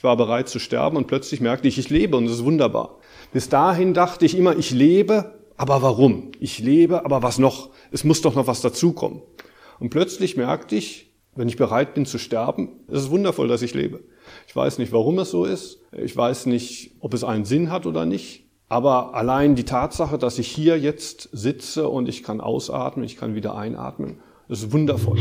Ich war bereit zu sterben und plötzlich merkte ich lebe und das ist wunderbar. Bis dahin dachte ich immer, ich lebe, aber warum? Ich lebe, aber was noch? Es muss doch noch was dazukommen. Und plötzlich merkte ich, wenn ich bereit bin zu sterben, es ist wundervoll, dass ich lebe. Ich weiß nicht, warum es so ist. Ich weiß nicht, ob es einen Sinn hat oder nicht. Aber allein die Tatsache, dass ich hier jetzt sitze und ich kann ausatmen, ich kann wieder einatmen, das ist wundervoll.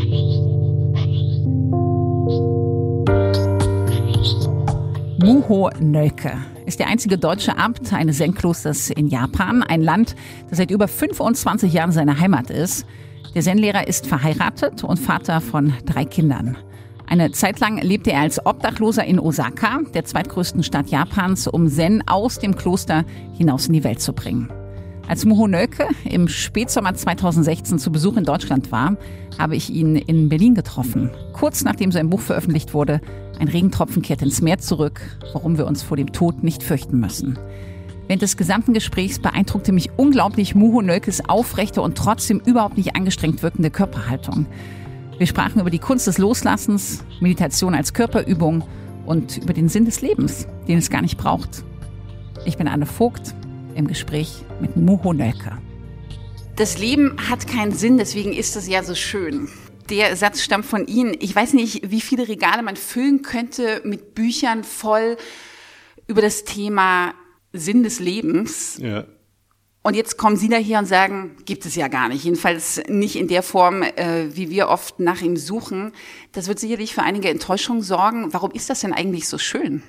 Muho Nölke ist der einzige deutsche Abt eines Zen-Klosters in Japan, ein Land, das seit über 25 Jahren seine Heimat ist. Der Zen-Lehrer ist verheiratet und Vater von 3 Kindern. Eine Zeit lang lebte er als Obdachloser in Osaka, der zweitgrößten Stadt Japans, um Zen aus dem Kloster hinaus in die Welt zu bringen. Als Muho Nölke im Spätsommer 2016 zu Besuch in Deutschland war, habe ich ihn in Berlin getroffen. Kurz nachdem sein Buch veröffentlicht wurde, Ein Regentropfen kehrt ins Meer zurück, warum wir uns vor dem Tod nicht fürchten müssen. Während des gesamten Gesprächs beeindruckte mich unglaublich Muho Nölkes aufrechte und trotzdem überhaupt nicht angestrengt wirkende Körperhaltung. Wir sprachen über die Kunst des Loslassens, Meditation als Körperübung und über den Sinn des Lebens, den es gar nicht braucht. Ich bin Anne Vogt im Gespräch mit Muho Nölke. Das Leben hat keinen Sinn, deswegen ist es ja so schön. Der Satz stammt von Ihnen. Ich weiß nicht, wie viele Regale man füllen könnte mit Büchern voll über das Thema Sinn des Lebens. Ja. Und jetzt kommen Sie daher und sagen, gibt es ja gar nicht. Jedenfalls nicht in der Form, wie wir oft nach ihm suchen. Das wird sicherlich für einige Enttäuschung sorgen. Warum ist das denn eigentlich so schön?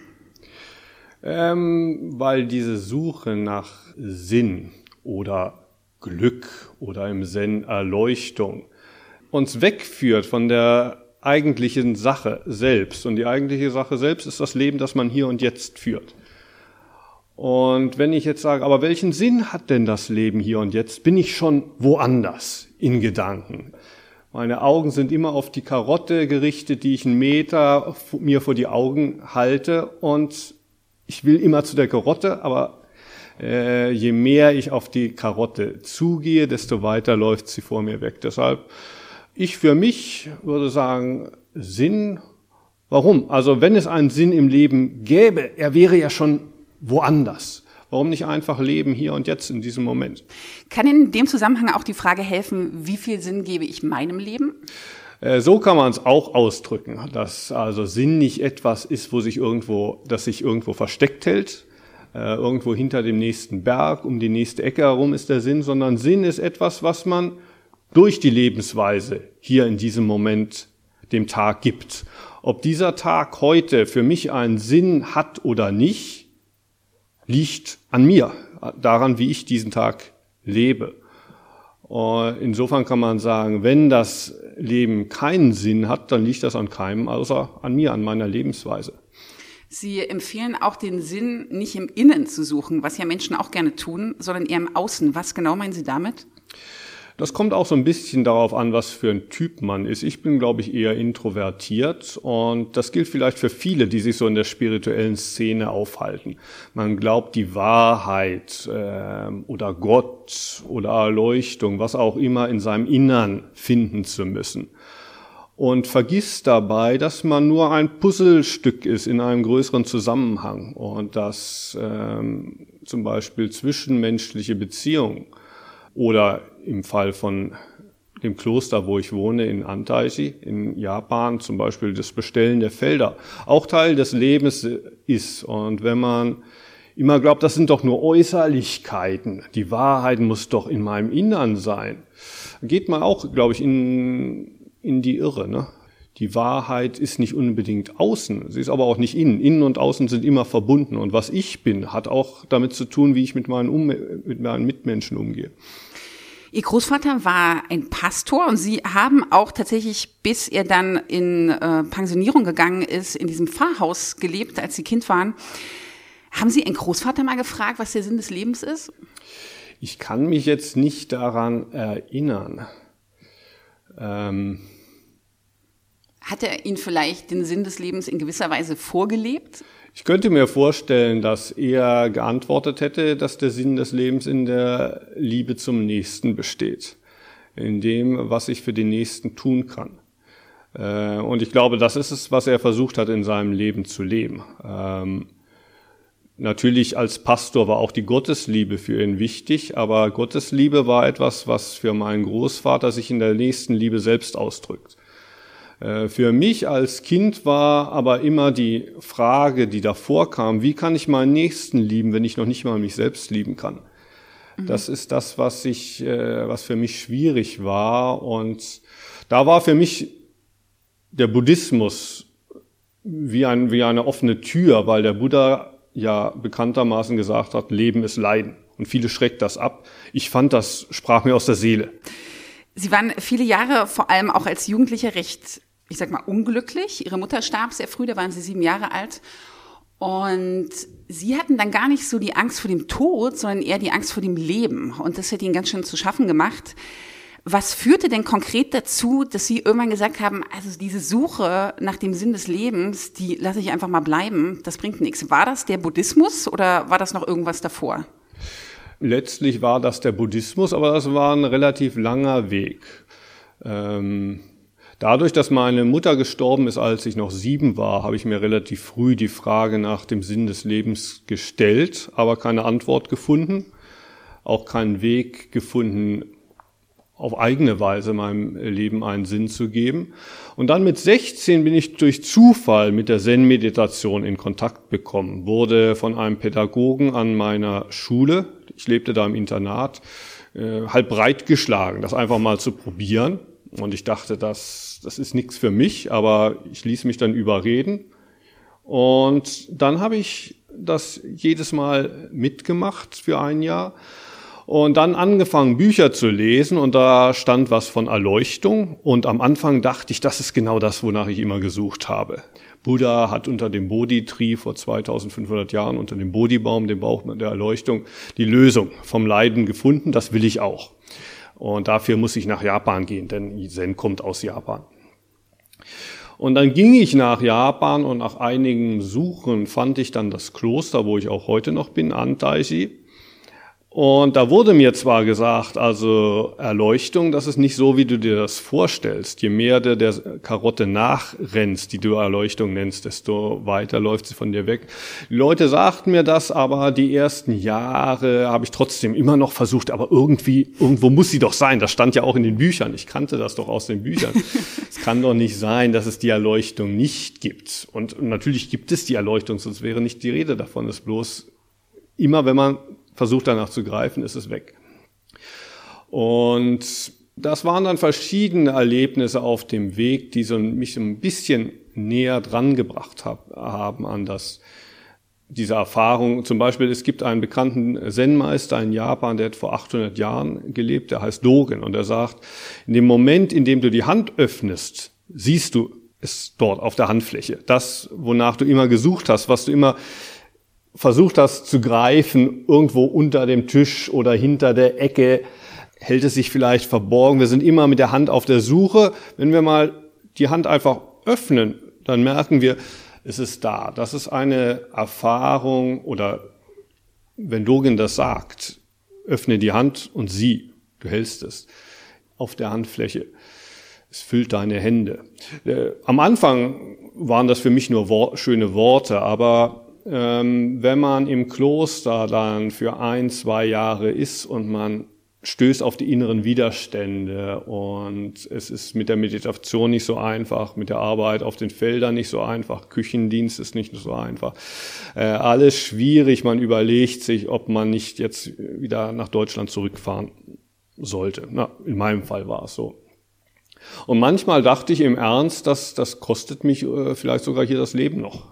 Weil diese Suche nach Sinn oder Glück oder im Zen Erleuchtung uns wegführt von der eigentlichen Sache selbst. Und die eigentliche Sache selbst ist das Leben, das man hier und jetzt führt. Und wenn ich jetzt sage, aber welchen Sinn hat denn das Leben hier und jetzt? Bin ich schon woanders in Gedanken? Meine Augen sind immer auf die Karotte gerichtet, die ich 1 Meter mir vor die Augen halte. Und ich will immer zu der Karotte, aber je mehr ich auf die Karotte zugehe, desto weiter läuft sie vor mir weg. Deshalb, ich für mich würde sagen, Sinn, warum? Also wenn es einen Sinn im Leben gäbe, er wäre ja schon woanders. Warum nicht einfach leben hier und jetzt in diesem Moment? Kann in dem Zusammenhang auch die Frage helfen, wie viel Sinn gebe ich meinem Leben? So kann man es auch ausdrücken, dass also Sinn nicht etwas ist, das sich irgendwo versteckt hält, irgendwo hinter dem nächsten Berg, um die nächste Ecke herum ist der Sinn, sondern Sinn ist etwas, was man durch die Lebensweise hier in diesem Moment dem Tag gibt. Ob dieser Tag heute für mich einen Sinn hat oder nicht, liegt an mir, daran, wie ich diesen Tag lebe. Insofern kann man sagen, wenn das Leben keinen Sinn hat, dann liegt das an keinem, außer an mir, an meiner Lebensweise. Sie empfehlen auch den Sinn nicht im Innen zu suchen, was ja Menschen auch gerne tun, sondern eher im Außen. Was genau meinen Sie damit? Das kommt auch so ein bisschen darauf an, was für ein Typ man ist. Ich bin, glaube ich, eher introvertiert und das gilt vielleicht für viele, die sich so in der spirituellen Szene aufhalten. Man glaubt, die Wahrheit oder Gott oder Erleuchtung, was auch immer, in seinem Innern finden zu müssen. Und vergisst dabei, dass man nur ein Puzzlestück ist in einem größeren Zusammenhang und dass zum Beispiel zwischenmenschliche Beziehungen oder im Fall von dem Kloster, wo ich wohne, in Antaichi, in Japan, zum Beispiel das Bestellen der Felder, auch Teil des Lebens ist. Und wenn man immer glaubt, das sind doch nur Äußerlichkeiten, die Wahrheit muss doch in meinem Innern sein, geht man auch, glaube ich, in die Irre, ne? Die Wahrheit ist nicht unbedingt außen, sie ist aber auch nicht innen. Innen und außen sind immer verbunden. Und was ich bin, hat auch damit zu tun, wie ich mit meinen Mitmenschen umgehe. Ihr Großvater war ein Pastor und Sie haben auch tatsächlich, bis er dann in Pensionierung gegangen ist, in diesem Pfarrhaus gelebt, als Sie Kind waren. Haben Sie Ihren Großvater mal gefragt, was der Sinn des Lebens ist? Ich kann mich jetzt nicht daran erinnern. Hat er Ihnen vielleicht den Sinn des Lebens in gewisser Weise vorgelebt? Ich könnte mir vorstellen, dass er geantwortet hätte, dass der Sinn des Lebens in der Liebe zum Nächsten besteht, in dem, was ich für den Nächsten tun kann. Und ich glaube, das ist es, was er versucht hat, in seinem Leben zu leben. Natürlich als Pastor war auch die Gottesliebe für ihn wichtig, aber Gottesliebe war etwas, was für meinen Großvater sich in der Nächstenliebe selbst ausdrückt. Für mich als Kind war aber immer die Frage, die davor kam, wie kann ich meinen Nächsten lieben, wenn ich noch nicht mal mich selbst lieben kann? Das ist das, was für mich schwierig war. Und da war für mich der Buddhismus wie eine offene Tür, weil der Buddha ja bekanntermaßen gesagt hat, Leben ist Leiden. Und viele schreckt das ab. Ich fand, das sprach mir aus der Seele. Sie waren viele Jahre, vor allem auch als Jugendlicher, recht, ich sag mal, unglücklich. Ihre Mutter starb sehr früh, da waren Sie 7 Jahre alt. Und Sie hatten dann gar nicht so die Angst vor dem Tod, sondern eher die Angst vor dem Leben. Und das hat Ihnen ganz schön zu schaffen gemacht. Was führte denn konkret dazu, dass Sie irgendwann gesagt haben, also diese Suche nach dem Sinn des Lebens, die lasse ich einfach mal bleiben, das bringt nichts. War das der Buddhismus oder war das noch irgendwas davor? Letztlich war das der Buddhismus, aber das war ein relativ langer Weg. Dadurch, dass meine Mutter gestorben ist, als ich noch 7 war, habe ich mir relativ früh die Frage nach dem Sinn des Lebens gestellt, aber keine Antwort gefunden, auch keinen Weg gefunden, auf eigene Weise meinem Leben einen Sinn zu geben. Und dann mit 16 bin ich durch Zufall mit der Zen-Meditation in Kontakt gekommen, wurde von einem Pädagogen an meiner Schule, ich lebte da im Internat, halb breitgeschlagen, das einfach mal zu probieren. Und ich dachte, das ist nichts für mich, aber ich ließ mich dann überreden. Und dann habe ich das jedes Mal mitgemacht für ein Jahr. Und dann angefangen, Bücher zu lesen, und da stand was von Erleuchtung. Und am Anfang dachte ich, das ist genau das, wonach ich immer gesucht habe. Buddha hat unter dem Bodhi-Tree vor 2500 Jahren, unter dem Bodhi-Baum, dem Baum der Erleuchtung, die Lösung vom Leiden gefunden. Das will ich auch. Und dafür muss ich nach Japan gehen, denn Zen kommt aus Japan. Und dann ging ich nach Japan, und nach einigen Suchen fand ich dann das Kloster, wo ich auch heute noch bin, Antaiji. Und da wurde mir zwar gesagt, also Erleuchtung, das ist nicht so, wie du dir das vorstellst. Je mehr du der Karotte nachrennst, die du Erleuchtung nennst, desto weiter läuft sie von dir weg. Die Leute sagten mir das, aber die ersten Jahre habe ich trotzdem immer noch versucht, aber irgendwo muss sie doch sein. Das stand ja auch in den Büchern. Ich kannte das doch aus den Büchern. Es kann doch nicht sein, dass es die Erleuchtung nicht gibt. Und natürlich gibt es die Erleuchtung, sonst wäre nicht die Rede davon. Es ist bloß immer, wenn man versucht danach zu greifen, ist es weg. Und das waren dann verschiedene Erlebnisse auf dem Weg, die mich so ein bisschen näher dran gebracht haben an diese Erfahrung. Zum Beispiel, es gibt einen bekannten Zen-Meister in Japan, der hat vor 800 Jahren gelebt, der heißt Dogen, und er sagt, in dem Moment, in dem du die Hand öffnest, siehst du es dort auf der Handfläche. Das, wonach du immer gesucht hast, was du immer versucht hast zu greifen, irgendwo unter dem Tisch oder hinter der Ecke, hält es sich vielleicht verborgen. Wir sind immer mit der Hand auf der Suche. Wenn wir mal die Hand einfach öffnen, dann merken wir, es ist da. Das ist eine Erfahrung, oder wenn Dogen das sagt, öffne die Hand und sieh, du hältst es auf der Handfläche. Es füllt deine Hände. Am Anfang waren das für mich nur schöne Worte, aber wenn man im Kloster dann für 1-2 Jahre ist und man stößt auf die inneren Widerstände und es ist mit der Meditation nicht so einfach, mit der Arbeit auf den Feldern nicht so einfach, Küchendienst ist nicht so einfach, alles schwierig, man überlegt sich, ob man nicht jetzt wieder nach Deutschland zurückfahren sollte. In meinem Fall war es so. Und manchmal dachte ich im Ernst, das kostet mich vielleicht sogar hier das Leben noch.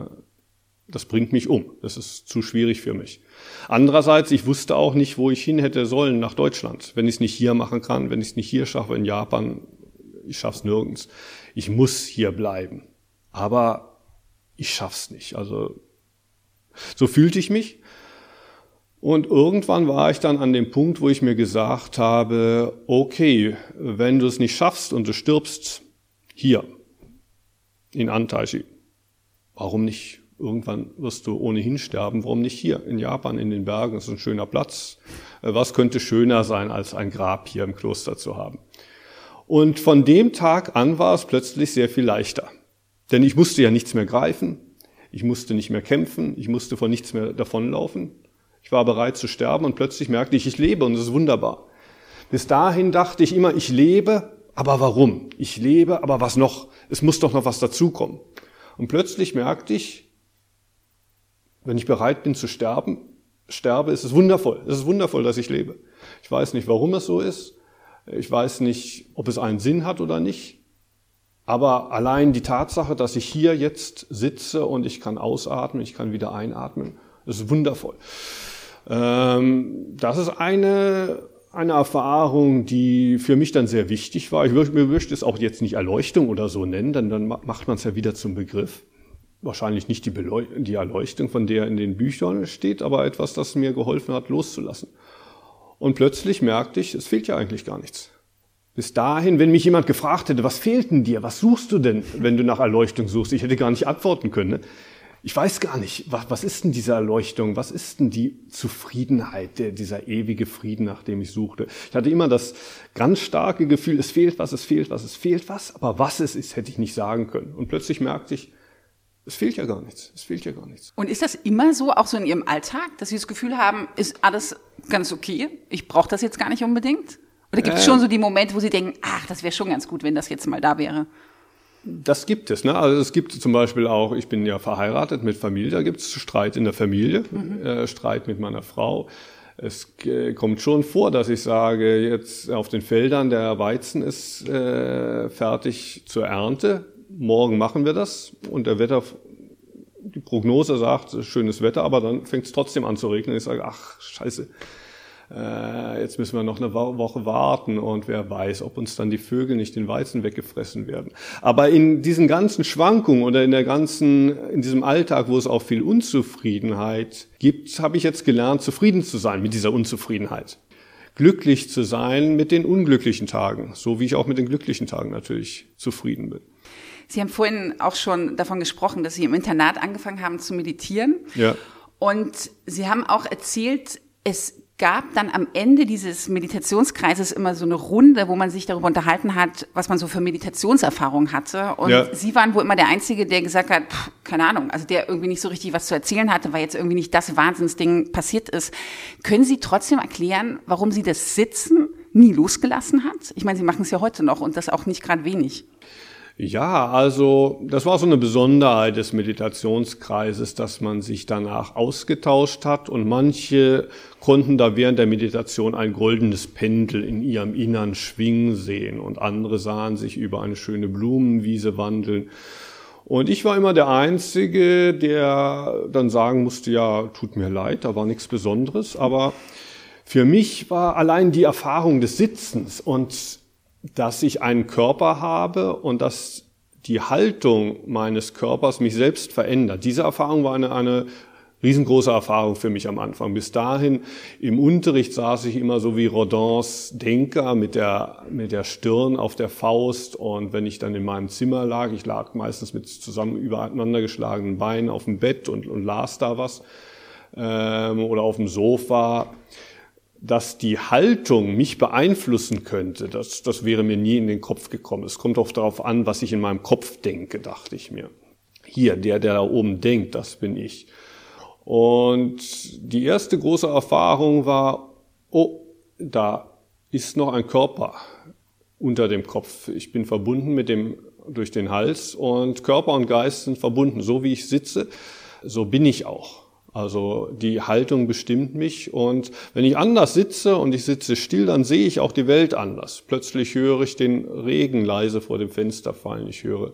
Das bringt mich um. Das ist zu schwierig für mich. Andererseits, ich wusste auch nicht, wo ich hin hätte sollen nach Deutschland. Wenn ich es nicht hier machen kann, wenn ich es nicht hier schaffe, in Japan, ich schaff's nirgends. Ich muss hier bleiben. Aber ich schaff's nicht. Also so fühlte ich mich. Und irgendwann war ich dann an dem Punkt, wo ich mir gesagt habe, okay, wenn du es nicht schaffst und du stirbst hier in Antaiji, warum nicht? Irgendwann wirst du ohnehin sterben. Warum nicht hier in Japan, in den Bergen? Das ist ein schöner Platz. Was könnte schöner sein, als ein Grab hier im Kloster zu haben? Und von dem Tag an war es plötzlich sehr viel leichter. Denn ich musste ja nichts mehr greifen, ich musste nicht mehr kämpfen, ich musste vor nichts mehr davonlaufen. Ich war bereit zu sterben und plötzlich merkte ich lebe und es ist wunderbar. Bis dahin dachte ich immer, ich lebe, aber warum? Ich lebe, aber was noch? Es muss doch noch was dazukommen. Und plötzlich merkte ich, wenn ich bereit bin zu sterben, ist es wundervoll. Es ist wundervoll, dass ich lebe. Ich weiß nicht, warum es so ist. Ich weiß nicht, ob es einen Sinn hat oder nicht. Aber allein die Tatsache, dass ich hier jetzt sitze und ich kann ausatmen, ich kann wieder einatmen, das ist wundervoll. Das ist eine Erfahrung, die für mich dann sehr wichtig war. Ich möchte es auch jetzt nicht Erleuchtung oder so nennen, denn dann macht man es ja wieder zum Begriff. Wahrscheinlich nicht die Erleuchtung, von der in den Büchern steht, aber etwas, das mir geholfen hat, loszulassen. Und plötzlich merkte ich, es fehlt ja eigentlich gar nichts. Bis dahin, wenn mich jemand gefragt hätte, was fehlt denn dir? Was suchst du denn, wenn du nach Erleuchtung suchst? Ich hätte gar nicht antworten können. Ne? Ich weiß gar nicht, was ist denn diese Erleuchtung? Was ist denn die Zufriedenheit, dieser ewige Frieden, nach dem ich suchte? Ich hatte immer das ganz starke Gefühl, es fehlt was, aber was es ist, hätte ich nicht sagen können. Und plötzlich merkte ich, es fehlt ja gar nichts. Und ist das immer so, auch so in Ihrem Alltag, dass Sie das Gefühl haben, ist alles ganz okay? Ich brauche das jetzt gar nicht unbedingt? Oder gibt es schon so die Momente, wo Sie denken, ach, das wäre schon ganz gut, wenn das jetzt mal da wäre? Das gibt es. Ne? Also es gibt zum Beispiel auch, ich bin ja verheiratet mit Familie, da gibt es Streit in der Familie, Streit mit meiner Frau. Es kommt schon vor, dass ich sage, jetzt auf den Feldern, der Weizen ist fertig zur Ernte. Morgen machen wir das und die Prognose sagt, schönes Wetter, aber dann fängt es trotzdem an zu regnen. Ich sage, ach, scheiße, jetzt müssen wir noch eine Woche warten und wer weiß, ob uns dann die Vögel nicht den Weizen weggefressen werden. Aber in diesen ganzen Schwankungen oder in diesem Alltag, wo es auch viel Unzufriedenheit gibt, habe ich jetzt gelernt, zufrieden zu sein mit dieser Unzufriedenheit. Glücklich zu sein mit den unglücklichen Tagen, so wie ich auch mit den glücklichen Tagen natürlich zufrieden bin. Sie haben vorhin auch schon davon gesprochen, dass Sie im Internat angefangen haben zu meditieren. Ja. Und Sie haben auch erzählt, es gab dann am Ende dieses Meditationskreises immer so eine Runde, wo man sich darüber unterhalten hat, was man so für Meditationserfahrungen hatte. Und Sie waren wohl immer der Einzige, der gesagt hat, keine Ahnung, also der irgendwie nicht so richtig was zu erzählen hatte, weil jetzt irgendwie nicht das Wahnsinnsding passiert ist. Können Sie trotzdem erklären, warum Sie das Sitzen nie losgelassen hat? Ich meine, Sie machen es ja heute noch und das auch nicht gerade wenig. Ja, also das war so eine Besonderheit des Meditationskreises, dass man sich danach ausgetauscht hat und manche konnten da während der Meditation ein goldenes Pendel in ihrem Innern schwingen sehen und andere sahen sich über eine schöne Blumenwiese wandeln. Und ich war immer der Einzige, der dann sagen musste, ja, tut mir leid, da war nichts Besonderes, aber für mich war allein die Erfahrung des Sitzens und dass ich einen Körper habe und dass die Haltung meines Körpers mich selbst verändert. Diese Erfahrung war eine riesengroße Erfahrung für mich am Anfang. Bis dahin im Unterricht saß ich immer so wie Rodins Denker mit der Stirn auf der Faust und wenn ich dann in meinem Zimmer lag, ich lag meistens mit zusammen übereinander geschlagenen Beinen auf dem Bett und las da was oder auf dem Sofa, dass die Haltung mich beeinflussen könnte, das wäre mir nie in den Kopf gekommen. Es kommt auch darauf an, was ich in meinem Kopf denke, dachte ich mir. Hier, der da oben denkt, das bin ich. Und die erste große Erfahrung war, oh, da ist noch ein Körper unter dem Kopf. Ich bin verbunden durch den Hals und Körper und Geist sind verbunden. So wie ich sitze, so bin ich auch. Also die Haltung bestimmt mich und wenn ich anders sitze und ich sitze still, dann sehe ich auch die Welt anders. Plötzlich höre ich den Regen leise vor dem Fenster fallen, ich höre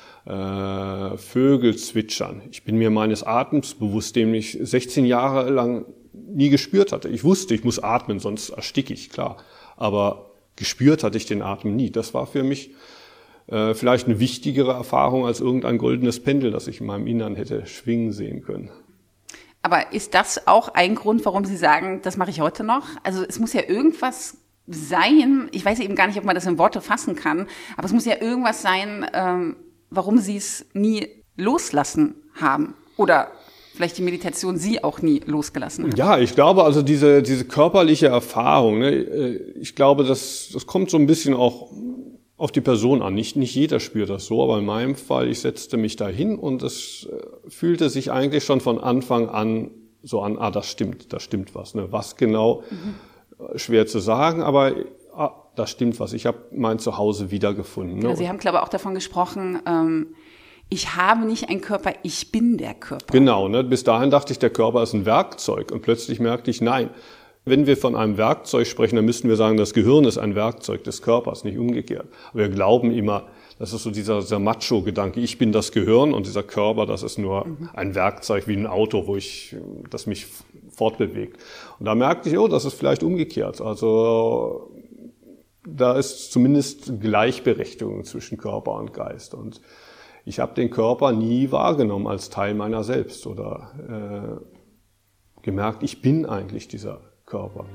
Vögel zwitschern. Ich bin mir meines Atems bewusst, den ich 16 Jahre lang nie gespürt hatte. Ich wusste, ich muss atmen, sonst ersticke ich, klar. Aber gespürt hatte ich den Atem nie. Das war für mich vielleicht eine wichtigere Erfahrung als irgendein goldenes Pendel, das ich in meinem Innern hätte schwingen sehen können. Aber ist das auch ein Grund, warum Sie sagen, das mache ich heute noch? Also es muss ja irgendwas sein, ich weiß eben gar nicht, ob man das in Worte fassen kann, aber es muss ja irgendwas sein, warum Sie es nie loslassen haben oder vielleicht die Meditation Sie auch nie losgelassen hat. Ja, ich glaube also diese körperliche Erfahrung, ne, ich glaube, das kommt so ein bisschen auch auf die Person an. Nicht jeder spürt das so, aber in meinem Fall, ich setzte mich da hin und es fühlte sich eigentlich schon von Anfang an so an, das stimmt was. Ne? Was genau, schwer zu sagen, aber da stimmt was. Ich habe mein Zuhause wiedergefunden. Ne? Ja, Sie haben, glaube ich, auch davon gesprochen, ich habe nicht einen Körper, ich bin der Körper. Genau, ne? Bis dahin dachte ich, der Körper ist ein Werkzeug und plötzlich merkte ich, nein. Wenn wir von einem Werkzeug sprechen, dann müssten wir sagen, das Gehirn ist ein Werkzeug des Körpers, nicht umgekehrt. Aber wir glauben immer, das ist so dieser Macho-Gedanke, ich bin das Gehirn und dieser Körper, das ist nur ein Werkzeug wie ein Auto, das mich fortbewegt. Und da merkte ich, das ist vielleicht umgekehrt. Also da ist zumindest Gleichberechtigung zwischen Körper und Geist. Und ich habe den Körper nie wahrgenommen als Teil meiner selbst oder gemerkt, ich bin eigentlich dieser Körper.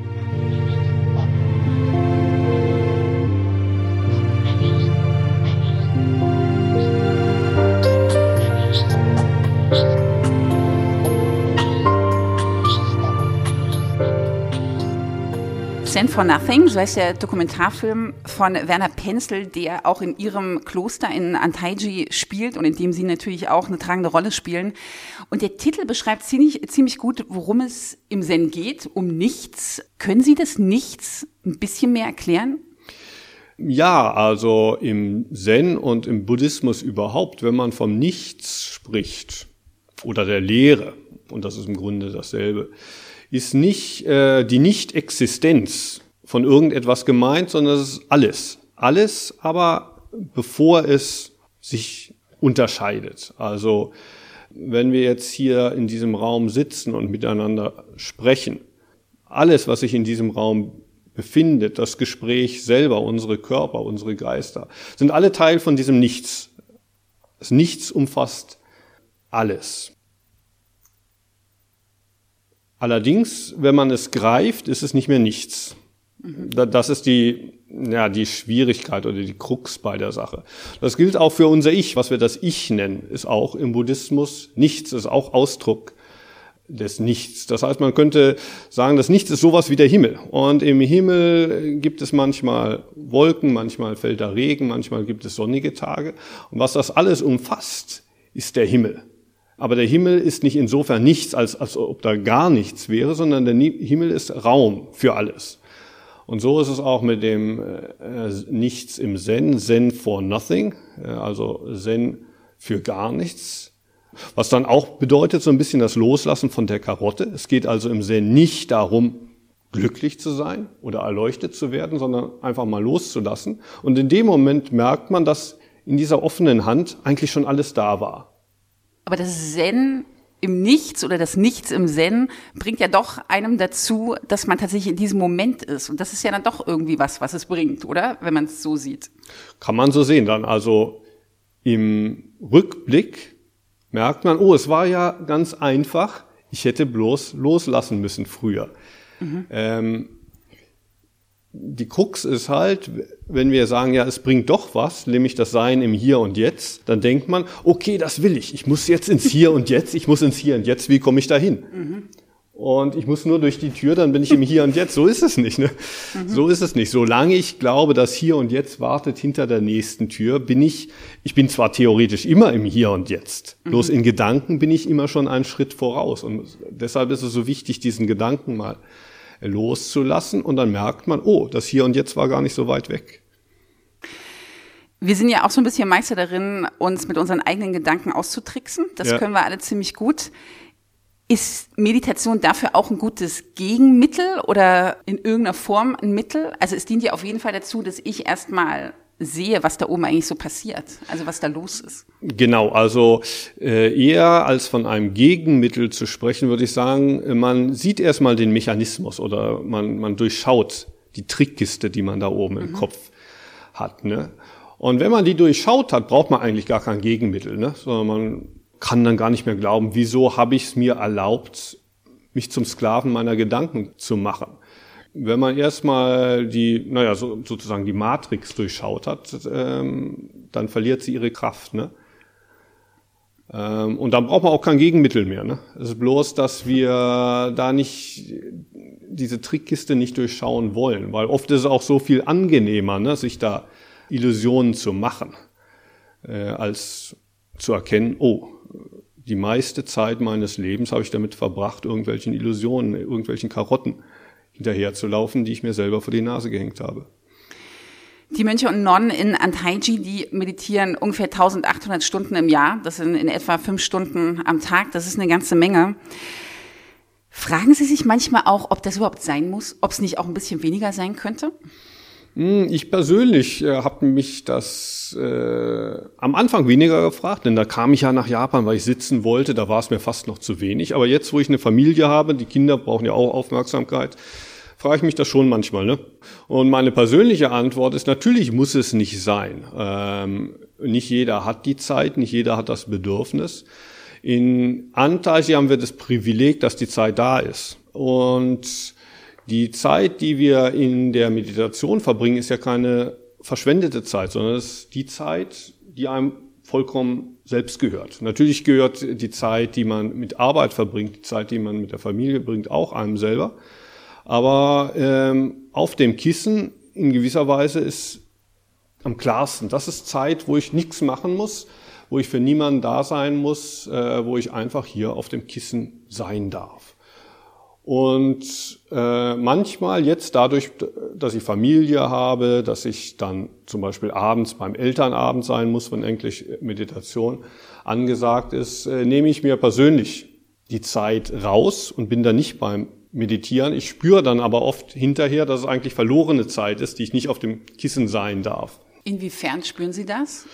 Zen for Nothing, so heißt der Dokumentarfilm von Werner Penzel, der auch in ihrem Kloster in Antaiji spielt und in dem Sie natürlich auch eine tragende Rolle spielen. Und der Titel beschreibt ziemlich gut, worum es im Zen geht, um Nichts. Können Sie das Nichts ein bisschen mehr erklären? Ja, also im Zen und im Buddhismus überhaupt, wenn man vom Nichts spricht oder der Leere, und das ist im Grunde dasselbe, ist nicht die Nicht-Existenz von irgendetwas gemeint, sondern es ist alles. Alles, aber bevor es sich unterscheidet. Also wenn wir jetzt hier in diesem Raum sitzen und miteinander sprechen, alles, was sich in diesem Raum befindet, das Gespräch selber, unsere Körper, unsere Geister, sind alle Teil von diesem Nichts. Das Nichts umfasst alles. Allerdings, wenn man es greift, ist es nicht mehr nichts. Das ist die Schwierigkeit oder die Krux bei der Sache. Das gilt auch für unser Ich. Was wir das Ich nennen, ist auch im Buddhismus nichts, ist auch Ausdruck des Nichts. Das heißt, man könnte sagen, das Nichts ist sowas wie der Himmel. Und im Himmel gibt es manchmal Wolken, manchmal fällt da Regen, manchmal gibt es sonnige Tage. Und was das alles umfasst, ist der Himmel. Aber der Himmel ist nicht insofern nichts, als ob da gar nichts wäre, sondern der Himmel ist Raum für alles. Und so ist es auch mit dem Nichts im Zen, Zen for Nothing, also Zen für gar nichts. Was dann auch bedeutet so ein bisschen das Loslassen von der Karotte. Es geht also im Zen nicht darum, glücklich zu sein oder erleuchtet zu werden, sondern einfach mal loszulassen. Und in dem Moment merkt man, dass in dieser offenen Hand eigentlich schon alles da war. Aber das Zen im Nichts oder das Nichts im Zen bringt ja doch einem dazu, dass man tatsächlich in diesem Moment ist. Und das ist ja dann doch irgendwie was es bringt, oder? Wenn man es so sieht. Kann man so sehen dann. Also im Rückblick merkt man, es war ja ganz einfach. Ich hätte bloß loslassen müssen früher. Die Krux ist halt, wenn wir sagen, ja, es bringt doch was, nämlich das Sein im Hier und Jetzt, dann denkt man, okay, das will ich. Ich muss jetzt ins Hier und Jetzt, wie komme ich da hin? Und ich muss nur durch die Tür, dann bin ich im Hier und Jetzt. So ist es nicht, ne? So ist es nicht. Solange ich glaube, das Hier und Jetzt wartet hinter der nächsten Tür, ich bin zwar theoretisch immer im Hier und Jetzt, bloß in Gedanken bin ich immer schon einen Schritt voraus. Und deshalb ist es so wichtig, diesen Gedanken mal loszulassen und dann merkt man, das Hier und Jetzt war gar nicht so weit weg. Wir sind ja auch so ein bisschen Meister darin, uns mit unseren eigenen Gedanken auszutricksen. Das können wir alle ziemlich gut. Ist Meditation dafür auch ein gutes Gegenmittel oder in irgendeiner Form ein Mittel? Also es dient ja auf jeden Fall dazu, dass ich erstmal sehe, was da oben eigentlich so passiert, also was da los ist. Genau, also eher als von einem Gegenmittel zu sprechen, würde ich sagen, man sieht erstmal den Mechanismus oder man durchschaut die Trickkiste, die man da oben im Kopf hat. Ne? Und wenn man die durchschaut hat, braucht man eigentlich gar kein Gegenmittel, ne? Sondern man kann dann gar nicht mehr glauben, wieso habe ich es mir erlaubt, mich zum Sklaven meiner Gedanken zu machen. Wenn man erstmal sozusagen die Matrix durchschaut hat, dann verliert sie ihre Kraft, ne? Und dann braucht man auch kein Gegenmittel mehr, ne? Es ist bloß, dass wir da nicht diese Trickkiste nicht durchschauen wollen, weil oft ist es auch so viel angenehmer, ne, sich da Illusionen zu machen, als zu erkennen, die meiste Zeit meines Lebens habe ich damit verbracht, irgendwelchen Illusionen, irgendwelchen Karotten hinterherzulaufen, die ich mir selber vor die Nase gehängt habe. Die Mönche und Nonnen in Antaiji, die meditieren ungefähr 1800 Stunden im Jahr. Das sind in etwa 5 Stunden am Tag. Das ist eine ganze Menge. Fragen Sie sich manchmal auch, ob das überhaupt sein muss, ob es nicht auch ein bisschen weniger sein könnte? Ich persönlich habe mich das am Anfang weniger gefragt, denn da kam ich ja nach Japan, weil ich sitzen wollte, da war es mir fast noch zu wenig. Aber jetzt, wo ich eine Familie habe, die Kinder brauchen ja auch Aufmerksamkeit, frage ich mich das schon manchmal, ne? Und meine persönliche Antwort ist, natürlich muss es nicht sein. Nicht jeder hat die Zeit, nicht jeder hat das Bedürfnis. In Antaiji haben wir das Privileg, dass die Zeit da ist. Und die Zeit, die wir in der Meditation verbringen, ist ja keine verschwendete Zeit, sondern es ist die Zeit, die einem vollkommen selbst gehört. Natürlich gehört die Zeit, die man mit Arbeit verbringt, die Zeit, die man mit der Familie bringt, auch einem selber. Aber auf dem Kissen in gewisser Weise ist am klarsten. Das ist Zeit, wo ich nichts machen muss, wo ich für niemanden da sein muss, wo ich einfach hier auf dem Kissen sein darf. Und manchmal jetzt dadurch, dass ich Familie habe, dass ich dann zum Beispiel abends beim Elternabend sein muss, wenn endlich Meditation angesagt ist, nehme ich mir persönlich die Zeit raus und bin dann nicht beim Meditieren. Ich spüre dann aber oft hinterher, dass es eigentlich verlorene Zeit ist, die ich nicht auf dem Kissen sein darf. Inwiefern spüren Sie das?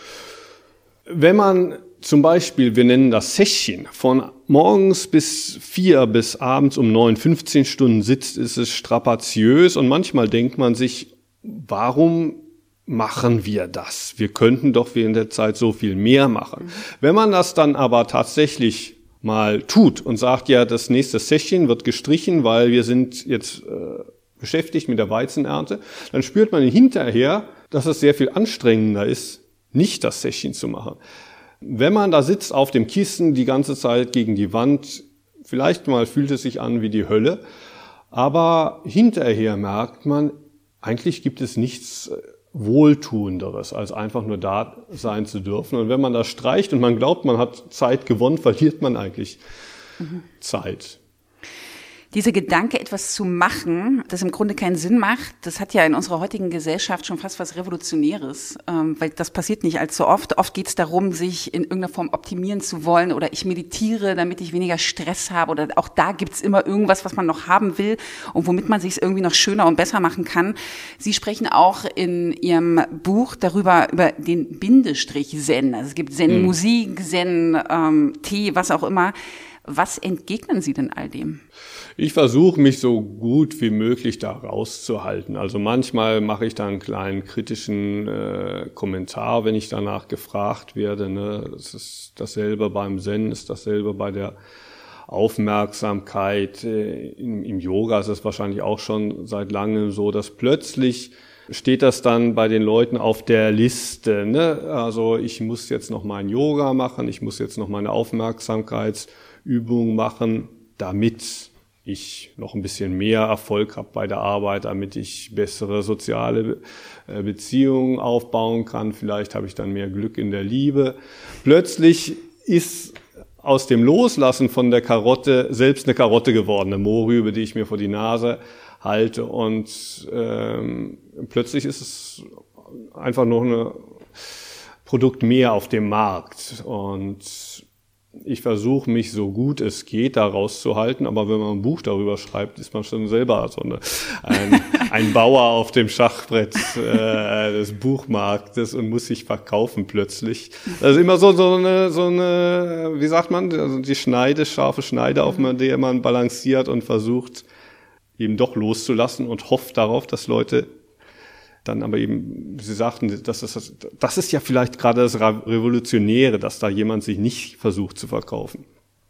Wenn man zum Beispiel, wir nennen das Sesshin, von morgens bis 4 bis abends um 9, 15 Stunden sitzt, ist es strapaziös und manchmal denkt man sich, warum machen wir das? Wir könnten doch während der Zeit so viel mehr machen. Wenn man das dann aber tatsächlich mal tut und sagt, ja, das nächste Sesshin wird gestrichen, weil wir sind jetzt beschäftigt mit der Weizenernte, dann spürt man hinterher, dass es sehr viel anstrengender ist, nicht das Sesshin zu machen. Wenn man da sitzt auf dem Kissen die ganze Zeit gegen die Wand, vielleicht mal fühlt es sich an wie die Hölle, aber hinterher merkt man, eigentlich gibt es nichts Wohltuenderes, als einfach nur da sein zu dürfen. Und wenn man das streicht und man glaubt, man hat Zeit gewonnen, verliert man eigentlich Zeit. Dieser Gedanke, etwas zu machen, das im Grunde keinen Sinn macht, das hat ja in unserer heutigen Gesellschaft schon fast was Revolutionäres, weil das passiert nicht allzu oft. Oft geht es darum, sich in irgendeiner Form optimieren zu wollen oder ich meditiere, damit ich weniger Stress habe oder auch da gibt's immer irgendwas, was man noch haben will und womit man sich irgendwie noch schöner und besser machen kann. Sie sprechen auch in Ihrem Buch über den Bindestrich Zen. Also es gibt Zen-Musik, Zen-Tee, was auch immer. Was entgegnen Sie denn all dem? Ich versuche, mich so gut wie möglich da rauszuhalten. Also manchmal mache ich da einen kleinen kritischen Kommentar, wenn ich danach gefragt werde. Ne? Das ist dasselbe beim Zen, ist dasselbe bei der Aufmerksamkeit. Im Yoga ist es wahrscheinlich auch schon seit langem so, dass plötzlich steht das dann bei den Leuten auf der Liste. Ne? Also ich muss jetzt noch mein Yoga machen, ich muss jetzt noch meine Aufmerksamkeitsübung machen, damit ich noch ein bisschen mehr Erfolg habe bei der Arbeit, damit ich bessere soziale Beziehungen aufbauen kann. Vielleicht habe ich dann mehr Glück in der Liebe. Plötzlich ist aus dem Loslassen von der Karotte selbst eine Karotte geworden, eine Mohrrübe, die ich mir vor die Nase halte. Und plötzlich ist es einfach noch ein Produkt mehr auf dem Markt. Und ich versuche, mich so gut es geht da rauszuhalten, aber wenn man ein Buch darüber schreibt, ist man schon selber so ein Bauer auf dem Schachbrett des Buchmarktes und muss sich verkaufen plötzlich. Das ist immer so eine, wie sagt man, also die scharfe Schneide, auf der man balanciert und versucht, eben doch loszulassen und hofft darauf, dass Leute dann aber eben, Sie sagten, das ist ja vielleicht gerade das Revolutionäre, dass da jemand sich nicht versucht zu verkaufen.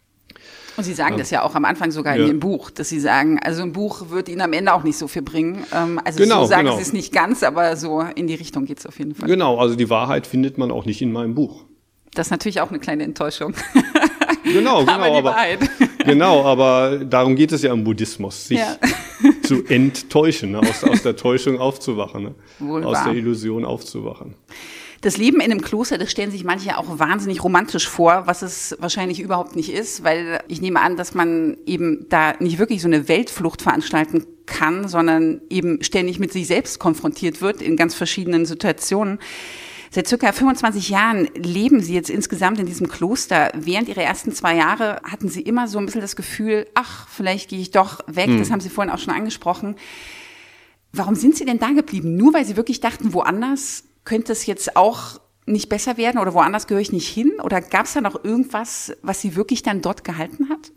Und Sie sagen das ja auch am Anfang sogar in Ihrem Buch, dass Sie sagen, also ein Buch wird Ihnen am Ende auch nicht so viel bringen. Also genau, so sagen Sie es nicht ganz, aber so in die Richtung geht es auf jeden Fall. Genau, also die Wahrheit findet man auch nicht in meinem Buch. Das ist natürlich auch eine kleine Enttäuschung. Genau, aber die Wahrheit. Genau, aber darum geht es ja im Buddhismus, sich zu enttäuschen, ne? aus der Täuschung aufzuwachen, ne? Aus der Illusion aufzuwachen. Das Leben in einem Kloster, das stellen sich manche auch wahnsinnig romantisch vor, was es wahrscheinlich überhaupt nicht ist, weil ich nehme an, dass man eben da nicht wirklich so eine Weltflucht veranstalten kann, sondern eben ständig mit sich selbst konfrontiert wird in ganz verschiedenen Situationen. Seit circa 25 Jahren leben Sie jetzt insgesamt in diesem Kloster. Während Ihrer ersten 2 Jahre hatten Sie immer so ein bisschen das Gefühl, ach, vielleicht gehe ich doch weg. Das haben Sie vorhin auch schon angesprochen. Warum sind Sie denn da geblieben? Nur weil Sie wirklich dachten, woanders könnte es jetzt auch nicht besser werden oder woanders gehöre ich nicht hin? Oder gab es da noch irgendwas, was Sie wirklich dann dort gehalten hat?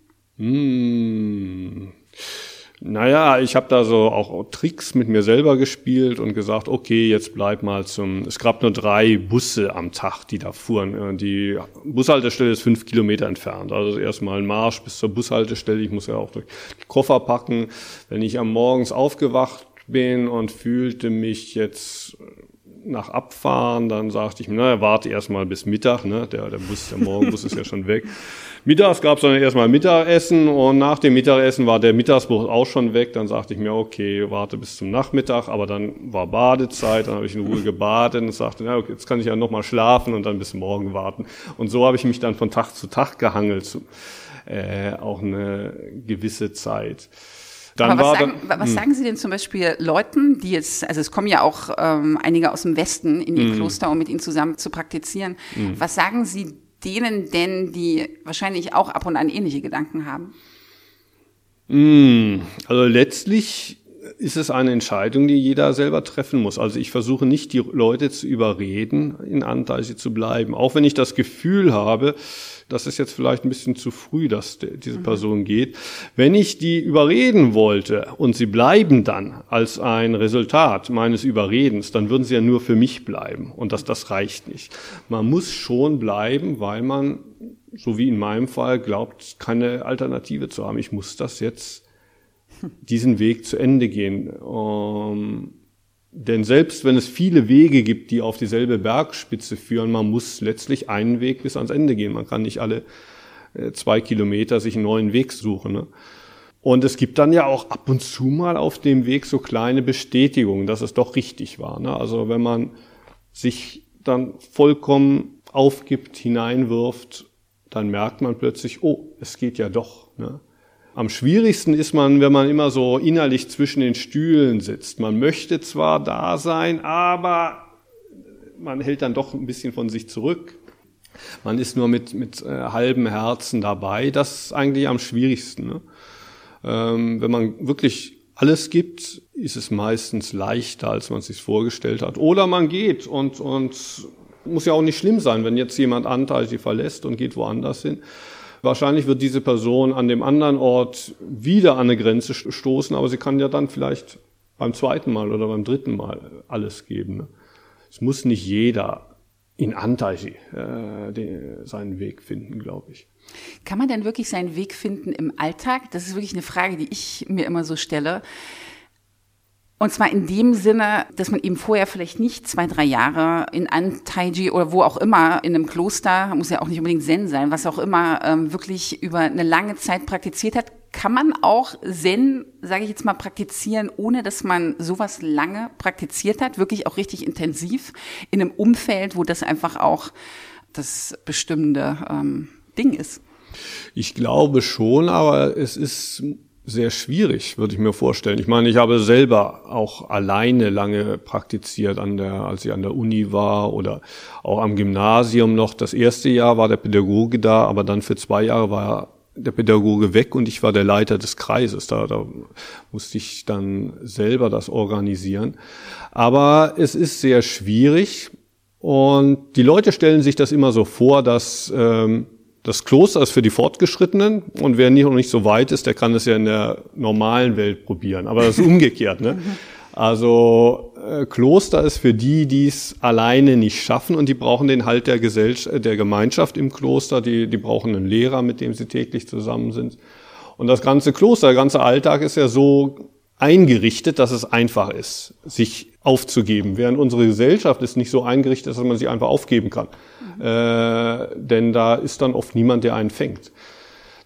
Naja, ich habe da so auch Tricks mit mir selber gespielt und gesagt, okay, jetzt bleib mal es gab nur 3 Busse am Tag, die da fuhren. Die Bushaltestelle ist 5 Kilometer entfernt. Also erstmal ein Marsch bis zur Bushaltestelle. Ich muss ja auch die Koffer packen. Wenn ich am Morgens aufgewacht bin und fühlte mich jetzt nach Abfahren, dann sagte ich mir, warte erstmal bis Mittag, ne? Der Morgenbus ist ja schon weg. Mittags gab es dann erstmal Mittagessen und nach dem Mittagessen war der Mittagsbus auch schon weg. Dann sagte ich mir, okay, warte bis zum Nachmittag, aber dann war Badezeit, dann habe ich in Ruhe gebadet und sagte, okay, jetzt kann ich ja nochmal schlafen und dann bis morgen warten. Und so habe ich mich dann von Tag zu Tag gehangelt, auch eine gewisse Zeit. Dann was sagen Sie denn zum Beispiel Leuten, die jetzt, also es kommen ja auch einige aus dem Westen in Ihr Kloster, um mit Ihnen zusammen zu praktizieren. Was sagen Sie denen denn, die wahrscheinlich auch ab und an ähnliche Gedanken haben? Also letztlich ist es eine Entscheidung, die jeder selber treffen muss. Also ich versuche nicht, die Leute zu überreden, in Antaiji zu bleiben. Auch wenn ich das Gefühl habe, das ist jetzt vielleicht ein bisschen zu früh, dass diese Person geht. Wenn ich die überreden wollte und sie bleiben dann als ein Resultat meines Überredens, dann würden sie ja nur für mich bleiben. Und das reicht nicht. Man muss schon bleiben, weil man, so wie in meinem Fall, glaubt, keine Alternative zu haben. Ich muss das jetzt diesen Weg zu Ende gehen. Denn selbst wenn es viele Wege gibt, die auf dieselbe Bergspitze führen, man muss letztlich einen Weg bis ans Ende gehen. Man kann nicht alle 2 Kilometer sich einen neuen Weg suchen, ne? Und es gibt dann ja auch ab und zu mal auf dem Weg so kleine Bestätigungen, dass es doch richtig war, ne? Also wenn man sich dann vollkommen aufgibt, hineinwirft, dann merkt man plötzlich, oh, es geht ja doch, ne? Am schwierigsten ist man, wenn man immer so innerlich zwischen den Stühlen sitzt. Man möchte zwar da sein, aber man hält dann doch ein bisschen von sich zurück. Man ist nur mit halbem Herzen dabei. Das ist eigentlich am schwierigsten, ne? Wenn man wirklich alles gibt, ist es meistens leichter, als man es sich vorgestellt hat. Oder man geht und muss ja auch nicht schlimm sein, wenn jetzt jemand Antaiji verlässt und geht woanders hin. Wahrscheinlich wird diese Person an dem anderen Ort wieder an eine Grenze stoßen, aber sie kann ja dann vielleicht beim 2. Mal oder beim 3. Mal alles geben, ne? Es muss nicht jeder in Antaiji seinen Weg finden, glaube ich. Kann man denn wirklich seinen Weg finden im Alltag? Das ist wirklich eine Frage, die ich mir immer so stelle. Und zwar in dem Sinne, dass man eben vorher vielleicht nicht 2, 3 Jahre in Antaiji oder wo auch immer in einem Kloster, muss ja auch nicht unbedingt Zen sein, was auch immer, wirklich über eine lange Zeit praktiziert hat. Kann man auch Zen, sage ich jetzt mal, praktizieren, ohne dass man sowas lange praktiziert hat, wirklich auch richtig intensiv in einem Umfeld, wo das einfach auch das bestimmende Ding ist? Ich glaube schon, aber es ist sehr schwierig, würde ich mir vorstellen. Ich meine, ich habe selber auch alleine lange praktiziert, als ich an der Uni war oder auch am Gymnasium noch. Das erste Jahr war der Pädagoge da, aber dann für 2 Jahre war der Pädagoge weg und ich war der Leiter des Kreises. Da musste ich dann selber das organisieren. Aber es ist sehr schwierig und die Leute stellen sich das immer so vor, dass das Kloster ist für die Fortgeschrittenen und wer noch nicht so weit ist, der kann es ja in der normalen Welt probieren. Aber das ist umgekehrt, ne? Also Kloster ist für die, die es alleine nicht schaffen und die brauchen den Halt der Gemeinschaft im Kloster. Die brauchen einen Lehrer, mit dem sie täglich zusammen sind. Und das ganze Kloster, der ganze Alltag ist ja so eingerichtet, dass es einfach ist, sich aufzugeben. Während unsere Gesellschaft ist nicht so eingerichtet, dass man sich einfach aufgeben kann. Denn da ist dann oft niemand, der einen fängt.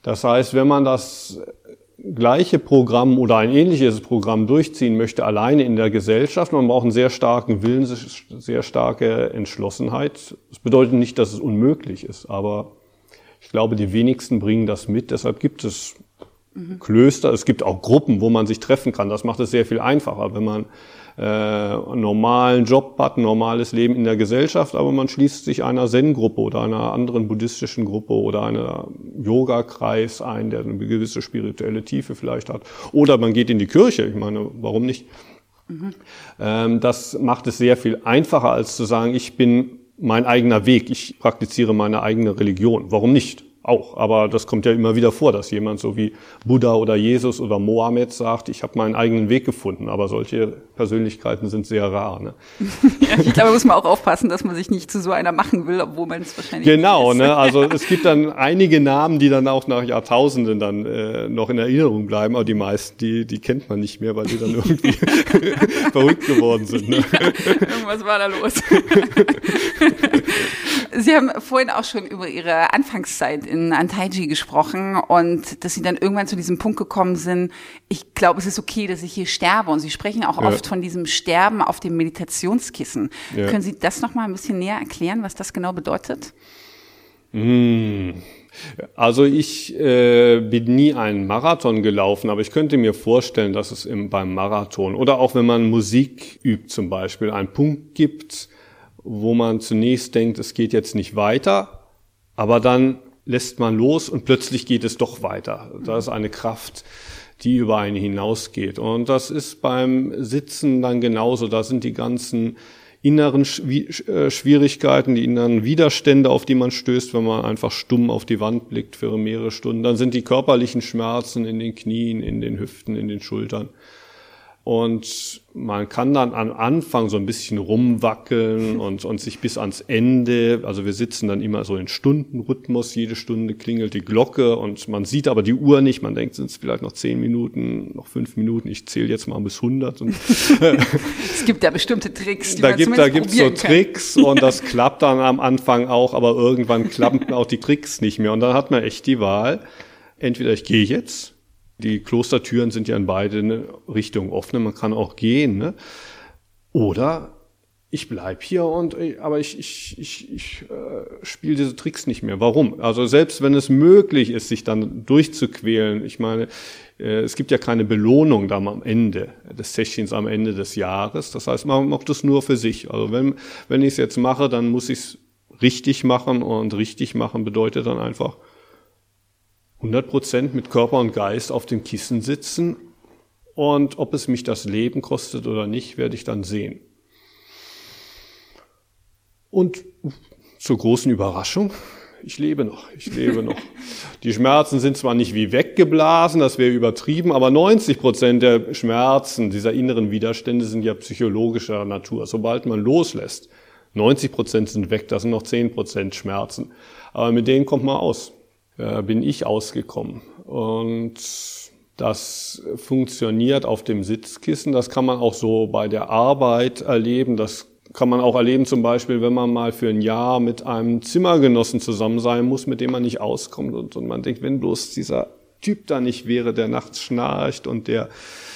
Das heißt, wenn man das gleiche Programm oder ein ähnliches Programm durchziehen möchte, alleine in der Gesellschaft, man braucht einen sehr starken Willen, sehr starke Entschlossenheit. Das bedeutet nicht, dass es unmöglich ist, aber ich glaube, die wenigsten bringen das mit. Deshalb gibt es Klöster, es gibt auch Gruppen, wo man sich treffen kann. Das macht es sehr viel einfacher, wenn man einen normalen Job hat, ein normales Leben in der Gesellschaft, aber man schließt sich einer Zen-Gruppe oder einer anderen buddhistischen Gruppe oder einer Yoga-Kreis ein, der eine gewisse spirituelle Tiefe vielleicht hat. Oder man geht in die Kirche, ich meine, warum nicht? Das macht es sehr viel einfacher, als zu sagen, ich bin mein eigener Weg, ich praktiziere meine eigene Religion. Warum nicht? Auch, aber das kommt ja immer wieder vor, dass jemand so wie Buddha oder Jesus oder Mohammed sagt, ich habe meinen eigenen Weg gefunden, aber solche Persönlichkeiten sind sehr rar. Ne? Ja, ich glaube, da muss man auch aufpassen, dass man sich nicht zu so einer machen will, obwohl man es wahrscheinlich genau, nicht ist. Ne? Also es gibt dann einige Namen, die dann auch nach Jahrtausenden dann noch in Erinnerung bleiben, aber die meisten, die kennt man nicht mehr, weil die dann irgendwie verrückt geworden sind. Ne? Ja, irgendwas war da los. Sie haben vorhin auch schon über Ihre Anfangszeit in Antaiji gesprochen und dass Sie dann irgendwann zu diesem Punkt gekommen sind, ich glaube, es ist okay, dass ich hier sterbe. Und Sie sprechen auch oft von diesem Sterben auf dem Meditationskissen. Ja. Können Sie das nochmal ein bisschen näher erklären, was das genau bedeutet? Also ich bin nie einen Marathon gelaufen, aber ich könnte mir vorstellen, dass es beim Marathon oder auch wenn man Musik übt zum Beispiel, einen Punkt gibt, wo man zunächst denkt, es geht jetzt nicht weiter, aber dann lässt man los und plötzlich geht es doch weiter. Da ist eine Kraft, die über einen hinausgeht. Und das ist beim Sitzen dann genauso. Da sind die ganzen inneren Schwierigkeiten, die inneren Widerstände, auf die man stößt, wenn man einfach stumm auf die Wand blickt für mehrere Stunden. Dann sind die körperlichen Schmerzen in den Knien, in den Hüften, in den Schultern. Und man kann dann am Anfang so ein bisschen rumwackeln und sich bis ans Ende, also wir sitzen dann immer so in Stundenrhythmus, jede Stunde klingelt die Glocke und man sieht aber die Uhr nicht, man denkt, sind es vielleicht noch 10 Minuten, noch 5 Minuten, ich zähle jetzt mal bis 100. Und es gibt ja bestimmte Tricks, die da gibt's so Tricks und das klappt dann am Anfang auch, aber irgendwann klappen auch die Tricks nicht mehr und dann hat man echt die Wahl, entweder ich gehe jetzt, die Klostertüren sind ja in beide Richtungen offen, man kann auch gehen, ne? Oder ich bleib hier aber ich spiele diese Tricks nicht mehr. Warum? Also selbst wenn es möglich ist, sich dann durchzuquälen, ich meine, es gibt ja keine Belohnung dann am Ende des Sessions, am Ende des Jahres. Das heißt, man macht das nur für sich. Also wenn ich es jetzt mache, dann muss ich es richtig machen und richtig machen bedeutet dann einfach 100% mit Körper und Geist auf dem Kissen sitzen und ob es mich das Leben kostet oder nicht, werde ich dann sehen. Und zur großen Überraschung, ich lebe noch. Die Schmerzen sind zwar nicht wie weggeblasen, das wäre übertrieben, aber 90% der Schmerzen, dieser inneren Widerstände sind ja psychologischer Natur. Sobald man loslässt, 90% sind weg, das sind noch 10% Schmerzen. Aber mit denen kommt man aus. Bin ich ausgekommen. Und das funktioniert auf dem Sitzkissen. Das kann man auch so bei der Arbeit erleben. Das kann man auch erleben, zum Beispiel, wenn man mal für ein Jahr mit einem Zimmergenossen zusammen sein muss, mit dem man nicht auskommt. Und man denkt, wenn bloß dieser Typ da nicht wäre, der nachts schnarcht und der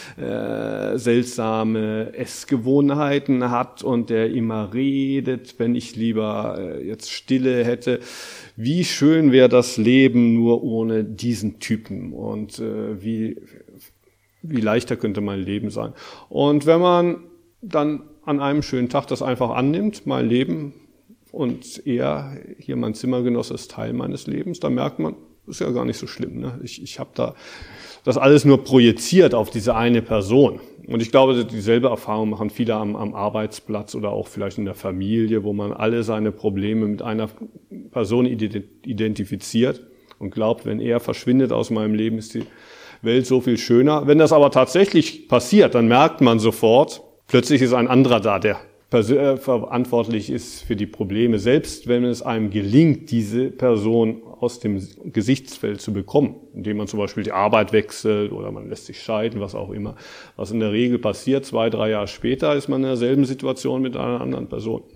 seltsame Essgewohnheiten hat und der immer redet, wenn ich lieber jetzt Stille hätte. Wie schön wäre das Leben nur ohne diesen Typen und wie leichter könnte mein Leben sein. Und wenn man dann an einem schönen Tag das einfach annimmt, mein Leben und er, hier mein Zimmergenosse, ist Teil meines Lebens, dann merkt man, ist ja gar nicht so schlimm. Ne? Ich habe da das alles nur projiziert auf diese eine Person. Und ich glaube, dieselbe Erfahrung machen viele am Arbeitsplatz oder auch vielleicht in der Familie, wo man alle seine Probleme mit einer Person identifiziert und glaubt, wenn er verschwindet aus meinem Leben, ist die Welt so viel schöner. Wenn das aber tatsächlich passiert, dann merkt man sofort, plötzlich ist ein anderer da, der verantwortlich ist für die Probleme, selbst wenn es einem gelingt, diese Person aus dem Gesichtsfeld zu bekommen, indem man zum Beispiel die Arbeit wechselt oder man lässt sich scheiden, was auch immer. Was in der Regel passiert, 2-3 Jahre später ist man in derselben Situation mit einer anderen Person.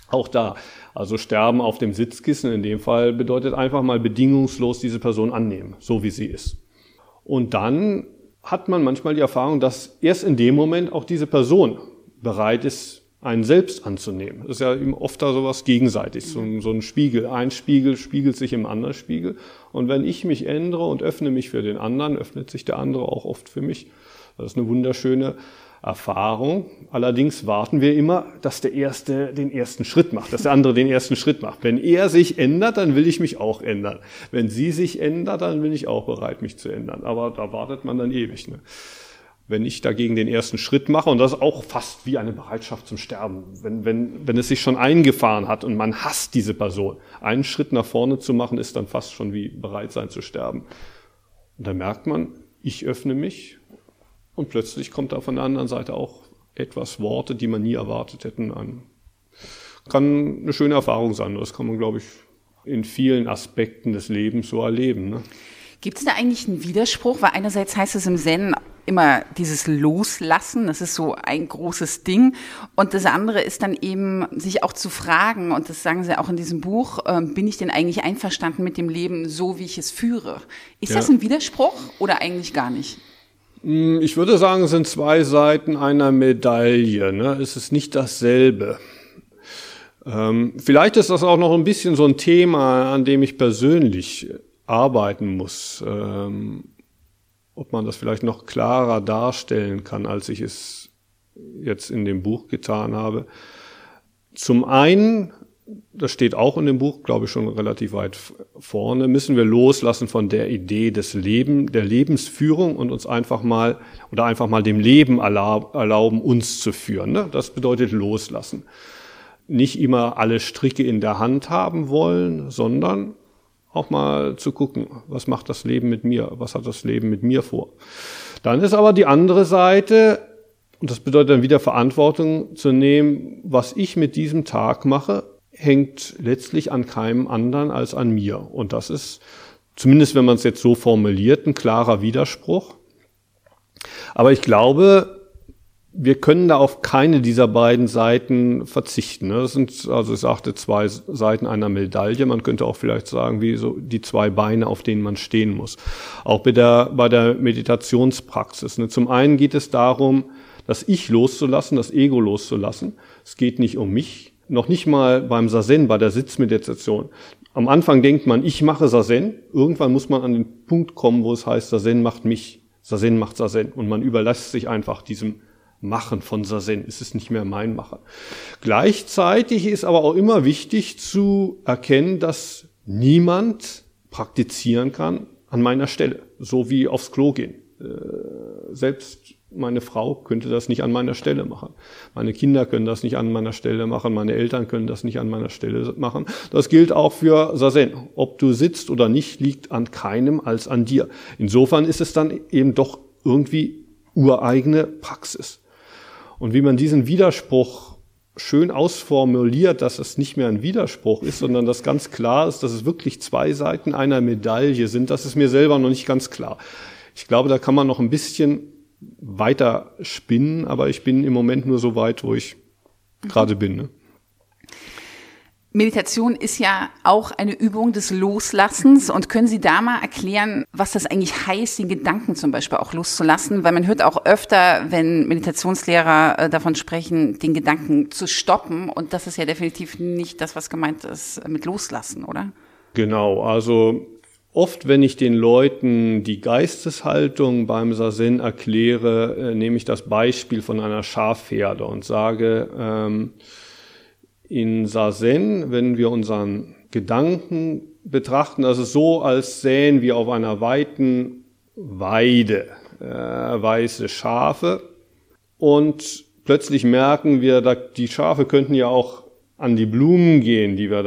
Auch da, also sterben auf dem Sitzkissen in dem Fall bedeutet einfach mal bedingungslos diese Person annehmen, so wie sie ist. Und dann hat man manchmal die Erfahrung, dass erst in dem Moment auch diese Person bereit ist, einen selbst anzunehmen. Das ist ja eben oft da sowas gegenseitig, so ein Spiegel. Ein Spiegel spiegelt sich im anderen Spiegel. Und wenn ich mich ändere und öffne mich für den anderen, öffnet sich der andere auch oft für mich. Das ist eine wunderschöne Erfahrung. Allerdings warten wir immer, dass der Erste den ersten Schritt macht, dass der andere den ersten Schritt macht. Wenn er sich ändert, dann will ich mich auch ändern. Wenn sie sich ändert, dann bin ich auch bereit, mich zu ändern. Aber da wartet man dann ewig. Ne? Wenn ich dagegen den ersten Schritt mache, und das ist auch fast wie eine Bereitschaft zum Sterben, wenn es sich schon eingefahren hat und man hasst diese Person, einen Schritt nach vorne zu machen, ist dann fast schon wie bereit sein zu sterben. Und dann merkt man, ich öffne mich, und plötzlich kommt da von der anderen Seite auch etwas Worte, die man nie erwartet hätten, an. Kann eine schöne Erfahrung sein. Das kann man, glaube ich, in vielen Aspekten des Lebens so erleben. Ne? Gibt es da eigentlich einen Widerspruch? Weil einerseits heißt es im Zen immer dieses Loslassen, das ist so ein großes Ding. Und das andere ist dann eben, sich auch zu fragen, und das sagen Sie auch in diesem Buch, bin ich denn eigentlich einverstanden mit dem Leben, so wie ich es führe? Ist das ein Widerspruch oder eigentlich gar nicht? Ich würde sagen, es sind zwei Seiten einer Medaille. Ne? Es ist nicht dasselbe. Vielleicht ist das auch noch ein bisschen so ein Thema, an dem ich persönlich arbeiten muss. Ob man das vielleicht noch klarer darstellen kann, als ich es jetzt in dem Buch getan habe. Zum einen, das steht auch in dem Buch, glaube ich, schon relativ weit vorne, müssen wir loslassen von der Idee des der Lebensführung und uns einfach mal dem Leben erlauben, uns zu führen. Ne? Das bedeutet loslassen. Nicht immer alle Stricke in der Hand haben wollen, sondern auch mal zu gucken, was macht das Leben mit mir, was hat das Leben mit mir vor. Dann ist aber die andere Seite, und das bedeutet dann wieder Verantwortung zu nehmen, was ich mit diesem Tag mache, hängt letztlich an keinem anderen als an mir. Und das ist, zumindest wenn man es jetzt so formuliert, ein klarer Widerspruch. Aber ich glaube, wir können da auf keine dieser beiden Seiten verzichten. Das sind, also ich sagte, zwei Seiten einer Medaille. Man könnte auch vielleicht sagen, wie so die zwei Beine, auf denen man stehen muss. Auch bei der Meditationspraxis. Zum einen geht es darum, das Ich loszulassen, das Ego loszulassen. Es geht nicht um mich. Noch nicht mal beim Zazen, bei der Sitzmeditation. Am Anfang denkt man, ich mache Zazen. Irgendwann muss man an den Punkt kommen, wo es heißt, Zazen macht mich. Zazen macht Zazen. Und man überlässt sich einfach diesem Machen von Zazen. Es ist nicht mehr mein Machen. Gleichzeitig ist aber auch immer wichtig zu erkennen, dass niemand praktizieren kann an meiner Stelle. So wie aufs Klo gehen. Selbst meine Frau könnte das nicht an meiner Stelle machen. Meine Kinder können das nicht an meiner Stelle machen. Meine Eltern können das nicht an meiner Stelle machen. Das gilt auch für Zazen. Ob du sitzt oder nicht, liegt an keinem als an dir. Insofern ist es dann eben doch irgendwie ureigene Praxis. Und wie man diesen Widerspruch schön ausformuliert, dass es nicht mehr ein Widerspruch ist, sondern dass ganz klar ist, dass es wirklich zwei Seiten einer Medaille sind, das ist mir selber noch nicht ganz klar. Ich glaube, da kann man noch ein bisschen weiter spinnen, aber ich bin im Moment nur so weit, wo ich gerade bin. Ne? Meditation ist ja auch eine Übung des Loslassens. Und können Sie da mal erklären, was das eigentlich heißt, den Gedanken zum Beispiel auch loszulassen? Weil man hört auch öfter, wenn Meditationslehrer davon sprechen, den Gedanken zu stoppen. Und das ist ja definitiv nicht das, was gemeint ist mit Loslassen, oder? Genau, also oft, wenn ich den Leuten die Geisteshaltung beim Zazen erkläre, nehme ich das Beispiel von einer Schafherde und sage, in Zazen, wenn wir unseren Gedanken betrachten, das ist so, als sähen wir auf einer weiten Weide weiße Schafe und plötzlich merken wir, die Schafe könnten ja auch an die Blumen gehen, die wir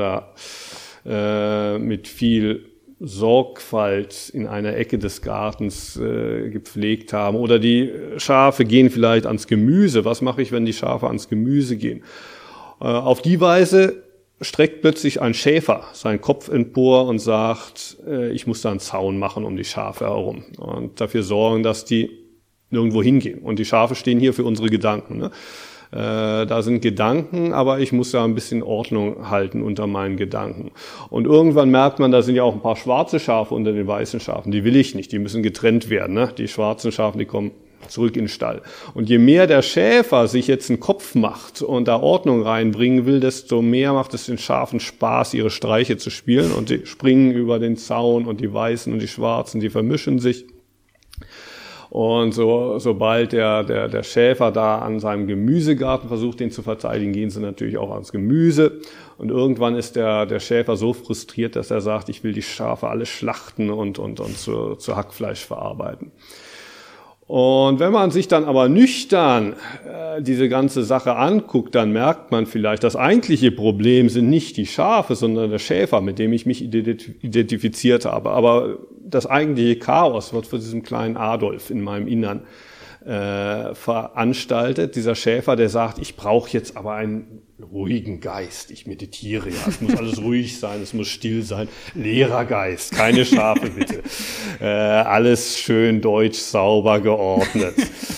da mit viel Sorgfalt in einer Ecke des Gartens gepflegt haben. Oder die Schafe gehen vielleicht ans Gemüse. Was mache ich, wenn die Schafe ans Gemüse gehen? Auf die Weise streckt plötzlich ein Schäfer seinen Kopf empor und sagt, ich muss da einen Zaun machen um die Schafe herum und dafür sorgen, dass die nirgendwo hingehen. Und die Schafe stehen hier für unsere Gedanken. Ne? Da sind Gedanken, aber ich muss da ein bisschen Ordnung halten unter meinen Gedanken. Und irgendwann merkt man, da sind ja auch ein paar schwarze Schafe unter den weißen Schafen. Die will ich nicht, die müssen getrennt werden. Ne? Die schwarzen Schafe, die kommen zurück in den Stall. Und je mehr der Schäfer sich jetzt einen Kopf macht und da Ordnung reinbringen will, desto mehr macht es den Schafen Spaß, ihre Streiche zu spielen. Und die springen über den Zaun und die Weißen und die Schwarzen, die vermischen sich. Und sobald der Schäfer da an seinem Gemüsegarten versucht, den zu verteidigen, gehen sie natürlich auch ans Gemüse. Und irgendwann ist der Schäfer so frustriert, dass er sagt, ich will die Schafe alle schlachten und zu Hackfleisch verarbeiten. Und wenn man sich dann aber nüchtern diese ganze Sache anguckt, dann merkt man vielleicht, das eigentliche Problem sind nicht die Schafe, sondern der Schäfer, mit dem ich mich identifiziert habe. Aber das eigentliche Chaos wird von diesem kleinen Adolf in meinem Innern veranstaltet. Dieser Schäfer, der sagt, ich brauche jetzt aber einen ruhigen Geist. Ich meditiere ja, es muss alles ruhig sein, es muss still sein. Leerer Geist, keine Schafe bitte. Alles schön deutsch, sauber, geordnet.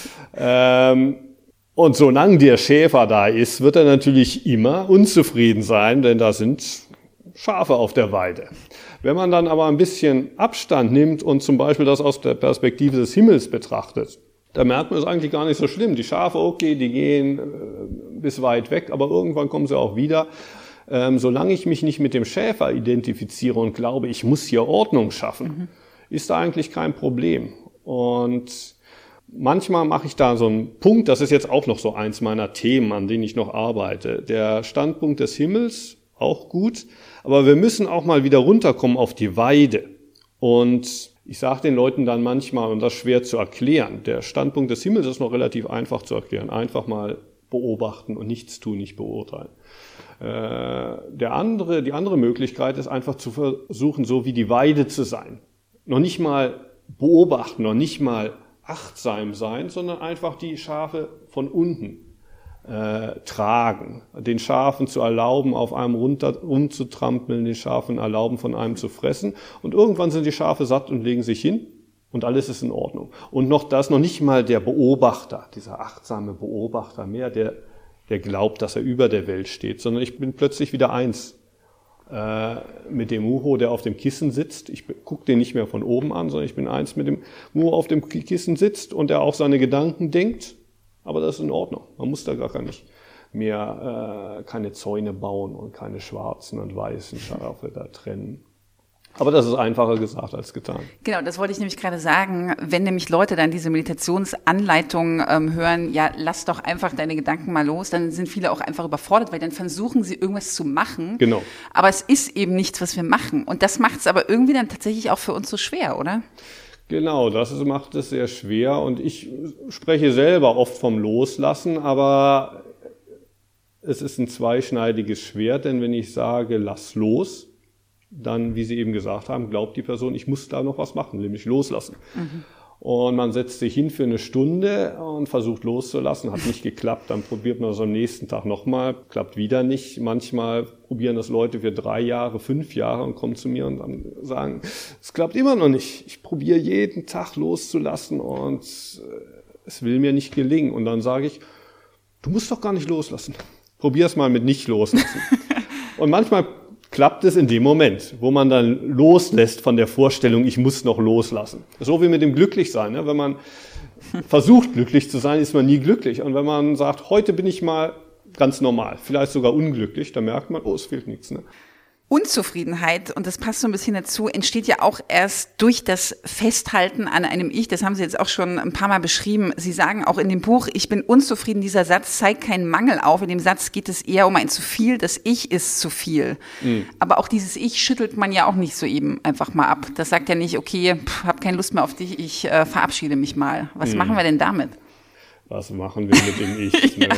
Und solange der Schäfer da ist, wird er natürlich immer unzufrieden sein, denn da sind Schafe auf der Weide. Wenn man dann aber ein bisschen Abstand nimmt und zum Beispiel das aus der Perspektive des Himmels betrachtet, da merkt man, es eigentlich gar nicht so schlimm. Die Schafe, okay, die gehen bis weit weg, aber irgendwann kommen sie auch wieder. Solange ich mich nicht mit dem Schäfer identifiziere und glaube, ich muss hier Ordnung schaffen, ist da eigentlich kein Problem. Und manchmal mache ich da so einen Punkt, das ist jetzt auch noch so eins meiner Themen, an denen ich noch arbeite. Der Standpunkt des Himmels, auch gut, aber wir müssen auch mal wieder runterkommen auf die Weide. Und ich sage den Leuten dann manchmal, und das ist schwer zu erklären, der Standpunkt des Himmels ist noch relativ einfach zu erklären. Einfach mal beobachten und nichts tun, nicht beurteilen. Die andere Möglichkeit ist einfach zu versuchen, so wie die Weide zu sein. Noch nicht mal beobachten, noch nicht mal achtsam sein, sondern einfach die Schafe von unten tragen, den Schafen zu erlauben, auf einem rumzutrampeln, den Schafen erlauben, von einem zu fressen. Und irgendwann sind die Schafe satt und legen sich hin und alles ist in Ordnung. Und noch nicht mal der Beobachter, dieser achtsame Beobachter mehr, der glaubt, dass er über der Welt steht, sondern ich bin plötzlich wieder eins mit dem Muho, der auf dem Kissen sitzt. Ich gucke den nicht mehr von oben an, sondern ich bin eins mit dem Muho, auf dem Kissen sitzt und der auch seine Gedanken denkt. Aber das ist in Ordnung. Man muss da gar nicht mehr keine Zäune bauen und keine schwarzen und weißen Schafe da trennen. Aber das ist einfacher gesagt als getan. Genau, das wollte ich nämlich gerade sagen. Wenn nämlich Leute dann diese Meditationsanleitung hören, ja, lass doch einfach deine Gedanken mal los, dann sind viele auch einfach überfordert, weil dann versuchen sie irgendwas zu machen. Genau. Aber es ist eben nichts, was wir machen. Und das macht es aber irgendwie dann tatsächlich auch für uns so schwer, oder? Genau, das macht es sehr schwer und ich spreche selber oft vom Loslassen, aber es ist ein zweischneidiges Schwert, denn wenn ich sage, lass los, dann, wie Sie eben gesagt haben, glaubt die Person, ich muss da noch was machen, nämlich loslassen. Und man setzt sich hin für eine Stunde und versucht loszulassen, hat nicht geklappt, dann probiert man es am nächsten Tag nochmal, klappt wieder nicht. Manchmal probieren das Leute für 3 Jahre, 5 Jahre und kommen zu mir und dann sagen, es klappt immer noch nicht. Ich probiere jeden Tag loszulassen und es will mir nicht gelingen. Und dann sage ich, du musst doch gar nicht loslassen. Probier es mal mit nicht loslassen. Und manchmal klappt es in dem Moment, wo man dann loslässt von der Vorstellung, ich muss noch loslassen. So wie mit dem Glücklichsein. Ne? Wenn man versucht, glücklich zu sein, ist man nie glücklich. Und wenn man sagt, heute bin ich mal ganz normal, vielleicht sogar unglücklich, dann merkt man, oh, es fehlt nichts. Ne? Unzufriedenheit, und das passt so ein bisschen dazu, entsteht ja auch erst durch das Festhalten an einem Ich. Das haben Sie jetzt auch schon ein paar Mal beschrieben. Sie sagen auch in dem Buch, ich bin unzufrieden. Dieser Satz zeigt keinen Mangel auf. In dem Satz geht es eher um ein zu viel. Das Ich ist zu viel. Aber auch dieses Ich schüttelt man ja auch nicht so eben einfach mal ab. Das sagt ja nicht, okay, hab keine Lust mehr auf dich, ich verabschiede mich mal. Was machen wir denn damit? Was machen wir mit dem Ich? Ja.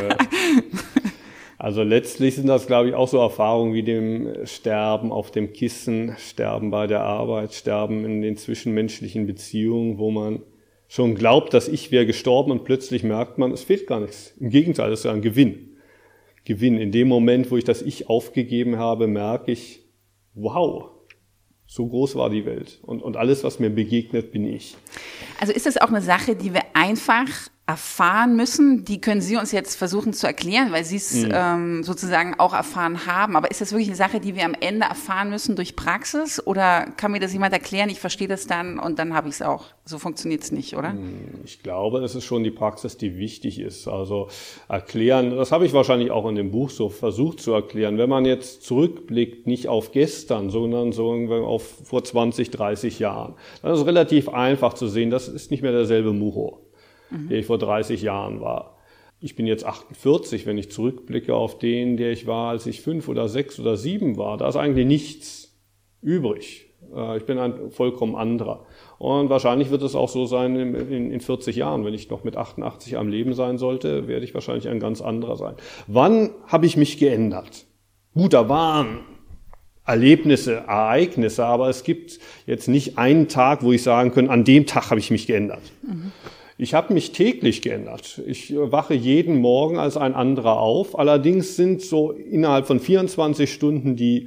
Also letztlich sind das, glaube ich, auch so Erfahrungen wie dem Sterben auf dem Kissen, Sterben bei der Arbeit, Sterben in den zwischenmenschlichen Beziehungen, wo man schon glaubt, das Ich wäre gestorben und plötzlich merkt man, es fehlt gar nichts. Im Gegenteil, es ist ja ein Gewinn. Gewinn. In dem Moment, wo ich das Ich aufgegeben habe, merke ich, wow, so groß war die Welt. Und alles, was mir begegnet, bin ich. Also ist das auch eine Sache, die wir einfach erfahren müssen, die können Sie uns jetzt versuchen zu erklären, weil Sie es sozusagen auch erfahren haben. Aber ist das wirklich eine Sache, die wir am Ende erfahren müssen durch Praxis? Oder kann mir das jemand erklären, ich verstehe das dann und dann habe ich es auch? So funktioniert es nicht, oder? Ich glaube, es ist schon die Praxis, die wichtig ist. Also erklären, das habe ich wahrscheinlich auch in dem Buch so versucht zu erklären. Wenn man jetzt zurückblickt, nicht auf gestern, sondern so auf vor 20, 30 Jahren, dann ist es relativ einfach zu sehen, das ist nicht mehr derselbe Muho, der ich vor 30 Jahren war. Ich bin jetzt 48, wenn ich zurückblicke auf den, der ich war, als ich 5 oder 6 oder 7 war. Da ist eigentlich nichts übrig. Ich bin ein vollkommen anderer. Und wahrscheinlich wird es auch so sein in 40 Jahren. Wenn ich noch mit 88 am Leben sein sollte, werde ich wahrscheinlich ein ganz anderer sein. Wann habe ich mich geändert? Gut, da waren Erlebnisse, Ereignisse, aber es gibt jetzt nicht einen Tag, wo ich sagen kann, an dem Tag habe ich mich geändert. Ich habe mich täglich geändert. Ich wache jeden Morgen als ein anderer auf. Allerdings sind so innerhalb von 24 Stunden die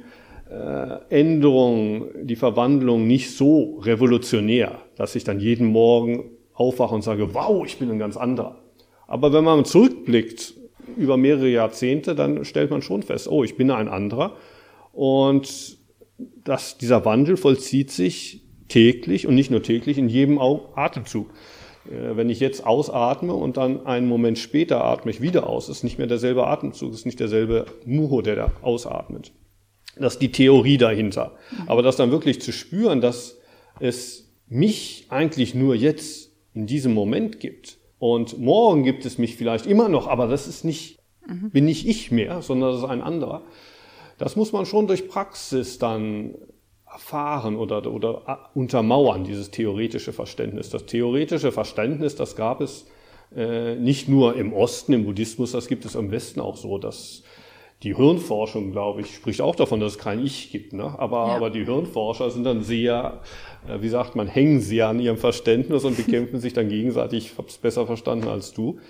Änderungen, die Verwandlung nicht so revolutionär, dass ich dann jeden Morgen aufwache und sage, wow, ich bin ein ganz anderer. Aber wenn man zurückblickt über mehrere Jahrzehnte, dann stellt man schon fest, oh, ich bin ein anderer. Und dieser Wandel vollzieht sich täglich und nicht nur täglich, in jedem Atemzug. Wenn ich jetzt ausatme und dann einen Moment später atme ich wieder aus, ist nicht mehr derselbe Atemzug, ist nicht derselbe Muho, der da ausatmet. Das ist die Theorie dahinter. Aber das dann wirklich zu spüren, dass es mich eigentlich nur jetzt in diesem Moment gibt und morgen gibt es mich vielleicht immer noch, aber das ist nicht, bin nicht ich mehr, sondern das ist ein anderer. Das muss man schon durch Praxis dann erfahren oder untermauern, dieses theoretische Verständnis. Das theoretische Verständnis, das gab es nicht nur im Osten, im Buddhismus, das gibt es im Westen auch so, dass die Hirnforschung, glaube ich, spricht auch davon, dass es kein Ich gibt. Ne? Aber die Hirnforscher sind dann sehr, wie sagt man, hängen sehr an ihrem Verständnis und bekämpfen sich dann gegenseitig. Ich habe es besser verstanden als du.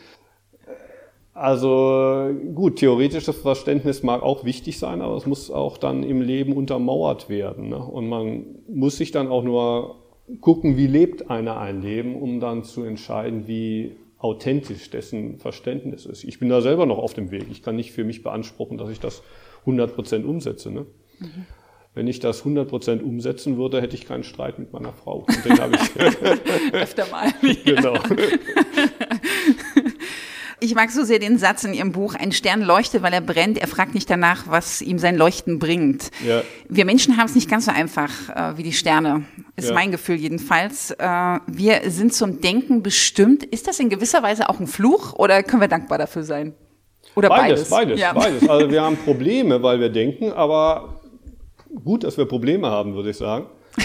Also gut, theoretisches Verständnis mag auch wichtig sein, aber es muss auch dann im Leben untermauert werden. Ne? Und man muss sich dann auch nur gucken, wie lebt einer ein Leben, um dann zu entscheiden, wie authentisch dessen Verständnis ist. Ich bin da selber noch auf dem Weg. Ich kann nicht für mich beanspruchen, dass ich das 100% umsetze. Ne? Wenn ich das 100% umsetzen würde, hätte ich keinen Streit mit meiner Frau. Und den habe ich öfter mal. Genau. Ich mag so sehr den Satz in Ihrem Buch, ein Stern leuchtet, weil er brennt. Er fragt nicht danach, was ihm sein Leuchten bringt. Ja. Wir Menschen haben es nicht ganz so einfach wie die Sterne, ist mein Gefühl jedenfalls. Wir sind zum Denken bestimmt. Ist das in gewisser Weise auch ein Fluch oder können wir dankbar dafür sein? Oder beides? Beides. Also wir haben Probleme, weil wir denken, aber gut, dass wir Probleme haben, würde ich sagen.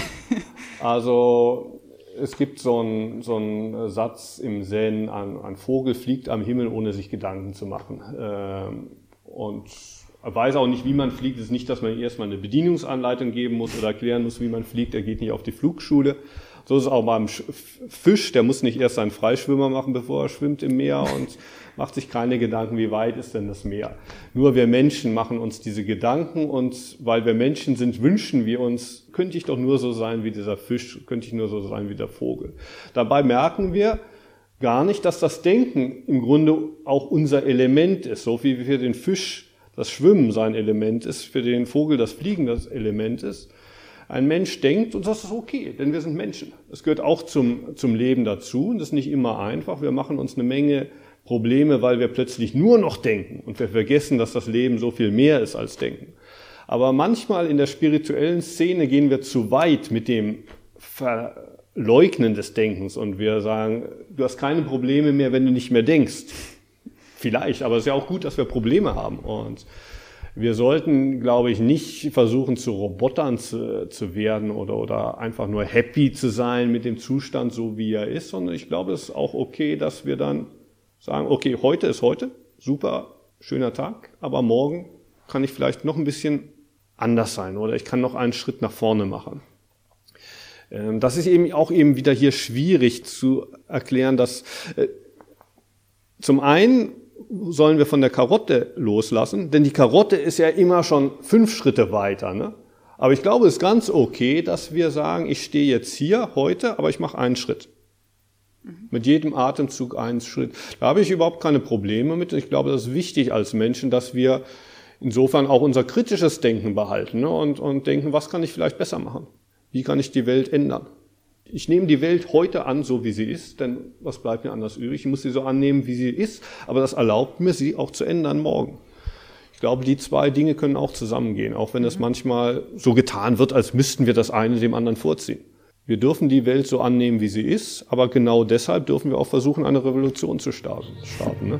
Also es gibt so einen Satz im Zen, ein Vogel fliegt am Himmel, ohne sich Gedanken zu machen. Und er weiß auch nicht, wie man fliegt. Es ist nicht, dass man erstmal eine Bedienungsanleitung geben muss oder erklären muss, wie man fliegt. Er geht nicht auf die Flugschule. So ist es auch beim Fisch. Der muss nicht erst einen Freischwimmer machen, bevor er schwimmt im Meer und macht sich keine Gedanken, wie weit ist denn das Meer. Nur wir Menschen machen uns diese Gedanken und weil wir Menschen sind, wünschen wir uns, könnte ich doch nur so sein wie dieser Fisch, könnte ich nur so sein wie der Vogel. Dabei merken wir gar nicht, dass das Denken im Grunde auch unser Element ist, so wie für den Fisch das Schwimmen sein Element ist, für den Vogel das Fliegen das Element ist. Ein Mensch denkt und das ist okay, denn wir sind Menschen. Es gehört auch zum Leben dazu und das ist nicht immer einfach. Wir machen uns eine Menge Probleme, weil wir plötzlich nur noch denken und wir vergessen, dass das Leben so viel mehr ist als Denken. Aber manchmal in der spirituellen Szene gehen wir zu weit mit dem Verleugnen des Denkens und wir sagen, du hast keine Probleme mehr, wenn du nicht mehr denkst. Vielleicht, aber es ist ja auch gut, dass wir Probleme haben und wir sollten, glaube ich, nicht versuchen, zu Robotern zu werden oder einfach nur happy zu sein mit dem Zustand, so wie er ist, sondern ich glaube, es ist auch okay, dass wir dann sagen, okay, heute ist heute, super, schöner Tag, aber morgen kann ich vielleicht noch ein bisschen anders sein oder ich kann noch einen Schritt nach vorne machen. Das ist eben auch wieder hier schwierig zu erklären, dass zum einen sollen wir von der Karotte loslassen, denn die Karotte ist ja immer schon 5 Schritte weiter. Ne? Aber ich glaube, es ist ganz okay, dass wir sagen, ich stehe jetzt hier heute, aber ich mache einen Schritt. Mit jedem Atemzug einen Schritt. Da habe ich überhaupt keine Probleme mit. Ich glaube, das ist wichtig als Menschen, dass wir insofern auch unser kritisches Denken behalten, ne? Und denken, was kann ich vielleicht besser machen? Wie kann ich die Welt ändern? Ich nehme die Welt heute an, so wie sie ist, denn was bleibt mir anders übrig? Ich muss sie so annehmen, wie sie ist, aber das erlaubt mir, sie auch zu ändern morgen. Ich glaube, die zwei Dinge können auch zusammengehen, auch wenn es manchmal so getan wird, als müssten wir das eine dem anderen vorziehen. Wir dürfen die Welt so annehmen, wie sie ist, aber genau deshalb dürfen wir auch versuchen, eine Revolution zu starten. Ne?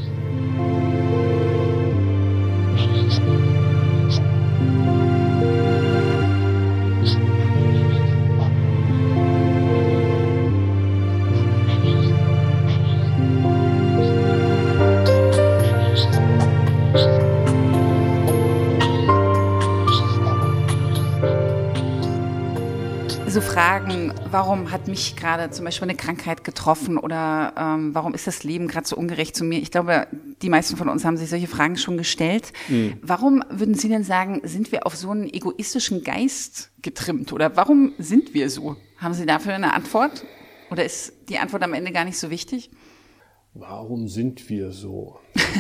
So Fragen, warum hat mich gerade zum Beispiel eine Krankheit getroffen oder warum ist das Leben gerade so ungerecht zu mir? Ich glaube, die meisten von uns haben sich solche Fragen schon gestellt. Warum würden Sie denn sagen, sind wir auf so einen egoistischen Geist getrimmt oder warum sind wir so? Haben Sie dafür eine Antwort oder ist die Antwort am Ende gar nicht so wichtig? Warum sind wir so?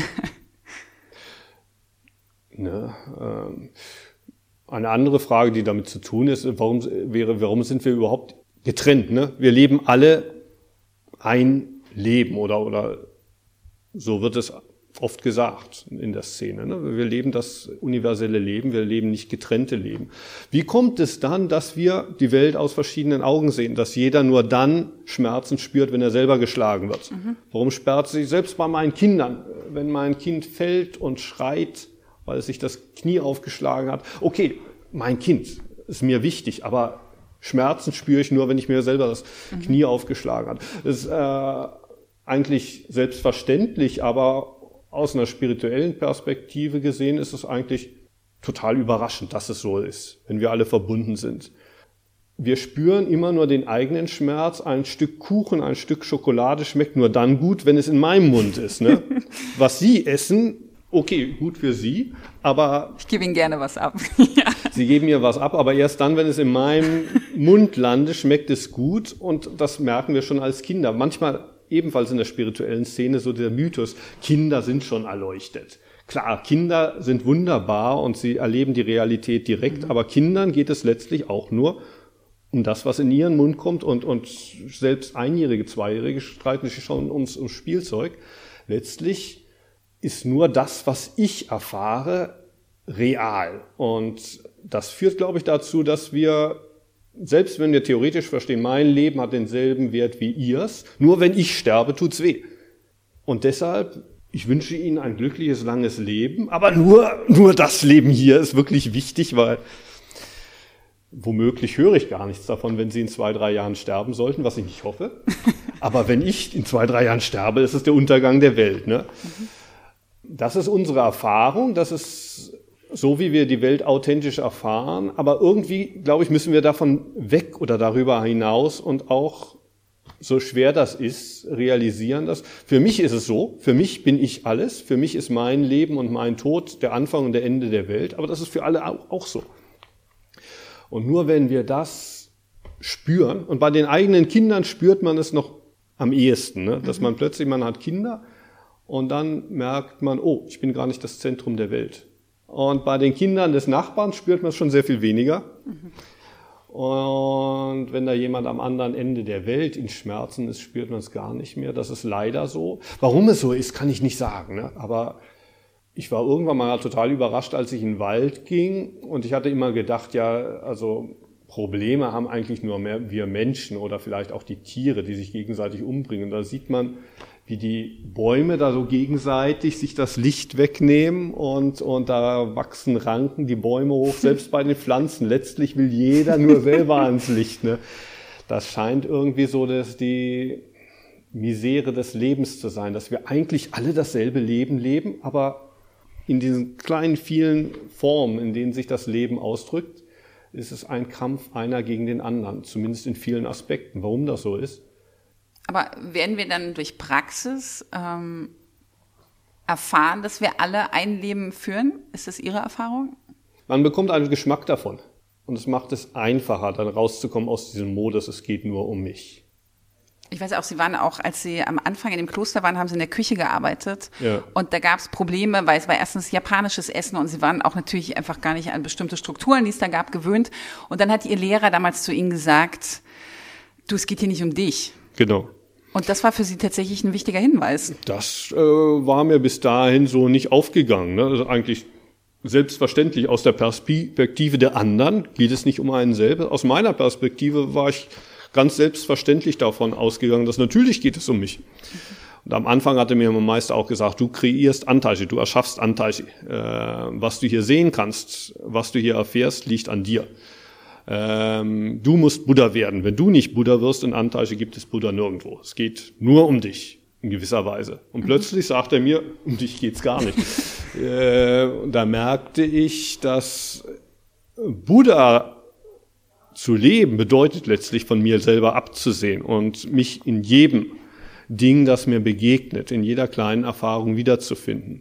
Eine andere Frage, die damit zu tun ist, warum sind wir überhaupt getrennt? Ne? Wir leben alle ein Leben oder so wird es oft gesagt in der Szene. Ne? Wir leben das universelle Leben, wir leben nicht getrennte Leben. Wie kommt es dann, dass wir die Welt aus verschiedenen Augen sehen, dass jeder nur dann Schmerzen spürt, wenn er selber geschlagen wird? Warum sperrt sich selbst bei meinen Kindern, wenn mein Kind fällt und schreit, weil es sich das Knie aufgeschlagen hat. Okay, mein Kind ist mir wichtig, aber Schmerzen spüre ich nur, wenn ich mir selber das Knie aufgeschlagen habe. Das ist eigentlich selbstverständlich, aber aus einer spirituellen Perspektive gesehen ist es eigentlich total überraschend, dass es so ist, wenn wir alle verbunden sind. Wir spüren immer nur den eigenen Schmerz. Ein Stück Kuchen, ein Stück Schokolade schmeckt nur dann gut, wenn es in meinem Mund ist. Ne? Was Sie essen, okay, gut für Sie, aber... Ich gebe Ihnen gerne was ab. Sie geben mir was ab, aber erst dann, wenn es in meinem Mund landet, schmeckt es gut und das merken wir schon als Kinder. Manchmal ebenfalls in der spirituellen Szene so der Mythos, Kinder sind schon erleuchtet. Klar, Kinder sind wunderbar und sie erleben die Realität direkt, aber Kindern geht es letztlich auch nur um das, was in ihren Mund kommt und selbst Einjährige, Zweijährige streiten sich schon ums Spielzeug. Letztlich ist nur das, was ich erfahre, real. Und das führt, glaube ich, dazu, dass wir, selbst wenn wir theoretisch verstehen, mein Leben hat denselben Wert wie Ihrs, nur wenn ich sterbe, tut's weh. Und deshalb, ich wünsche Ihnen ein glückliches, langes Leben, aber nur das Leben hier ist wirklich wichtig, weil womöglich höre ich gar nichts davon, wenn Sie in 2-3 Jahren sterben sollten, was ich nicht hoffe. Aber wenn ich in 2-3 Jahren sterbe, ist es der Untergang der Welt, ne? Das ist unsere Erfahrung, das ist so, wie wir die Welt authentisch erfahren, aber irgendwie, glaube ich, müssen wir davon weg oder darüber hinaus und auch, so schwer das ist, realisieren das. Für mich ist es so, für mich bin ich alles, für mich ist mein Leben und mein Tod der Anfang und der Ende der Welt, aber das ist für alle auch so. Und nur wenn wir das spüren, und bei den eigenen Kindern spürt man es noch am ehesten, ne? Dass man plötzlich, man hat Kinder, und dann merkt man, oh, ich bin gar nicht das Zentrum der Welt. Und bei den Kindern des Nachbarn spürt man es schon sehr viel weniger. Und wenn da jemand am anderen Ende der Welt in Schmerzen ist, spürt man es gar nicht mehr. Das ist leider so. Warum es so ist, kann ich nicht sagen. Ne? Aber ich war irgendwann mal total überrascht, als ich in den Wald ging. Und ich hatte immer gedacht, ja, also Probleme haben eigentlich nur mehr wir Menschen oder vielleicht auch die Tiere, die sich gegenseitig umbringen. Da sieht man, wie die Bäume da so gegenseitig sich das Licht wegnehmen und da wachsen Ranken die Bäume hoch, selbst bei den Pflanzen. Letztlich will jeder nur selber ans Licht. Ne? Das scheint irgendwie so, dass die Misere des Lebens zu sein, dass wir eigentlich alle dasselbe Leben leben, aber in diesen kleinen, vielen Formen, in denen sich das Leben ausdrückt, ist es ein Kampf einer gegen den anderen, zumindest in vielen Aspekten. Warum das so ist? Aber werden wir dann durch Praxis erfahren, dass wir alle ein Leben führen? Ist das Ihre Erfahrung? Man bekommt einen Geschmack davon. Und es macht es einfacher, dann rauszukommen aus diesem Modus, es geht nur um mich. Ich weiß auch, Sie waren auch, als Sie am Anfang in dem Kloster waren, haben Sie in der Küche gearbeitet. Ja. Und da gab es Probleme, weil es war erstens japanisches Essen und Sie waren auch natürlich einfach gar nicht an bestimmte Strukturen, die es da gab, gewöhnt. Und dann hat Ihr Lehrer damals zu Ihnen gesagt, du, es geht hier nicht um dich. Genau. Und das war für Sie tatsächlich ein wichtiger Hinweis. Das war mir bis dahin so nicht aufgegangen. Ne? Also eigentlich selbstverständlich aus der Perspektive der anderen geht es nicht um einen selber. Aus meiner Perspektive war ich ganz selbstverständlich davon ausgegangen, dass natürlich geht es um mich. Und am Anfang hatte mir mein Meister auch gesagt, du kreierst Antaiji, du erschaffst Antaiji. Was du hier sehen kannst, was du hier erfährst, liegt an dir. Du musst Buddha werden. Wenn du nicht Buddha wirst in Antaiji, gibt es Buddha nirgendwo. Es geht nur um dich in gewisser Weise. Und plötzlich sagt er mir, um dich geht's gar nicht. Und da merkte ich, dass Buddha zu leben bedeutet letztlich von mir selber abzusehen und mich in jedem Ding, das mir begegnet, in jeder kleinen Erfahrung wiederzufinden.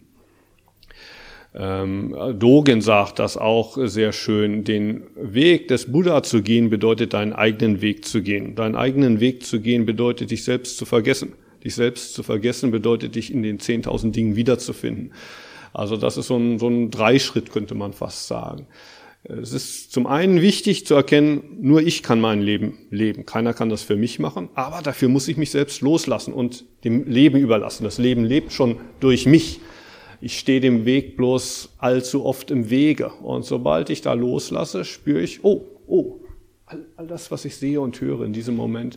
Dogen sagt das auch sehr schön, den Weg des Buddha zu gehen bedeutet, deinen eigenen Weg zu gehen. Deinen eigenen Weg zu gehen bedeutet, dich selbst zu vergessen. Dich selbst zu vergessen bedeutet, dich in den 10.000 Dingen wiederzufinden. Also das ist so ein Dreischritt, könnte man fast sagen. Es ist zum einen wichtig zu erkennen, nur ich kann mein Leben leben. Keiner kann das für mich machen, aber dafür muss ich mich selbst loslassen und dem Leben überlassen. Das Leben lebt schon durch mich. Ich stehe dem Weg bloß allzu oft im Wege. Und sobald ich da loslasse, spüre ich, all das, was ich sehe und höre in diesem Moment,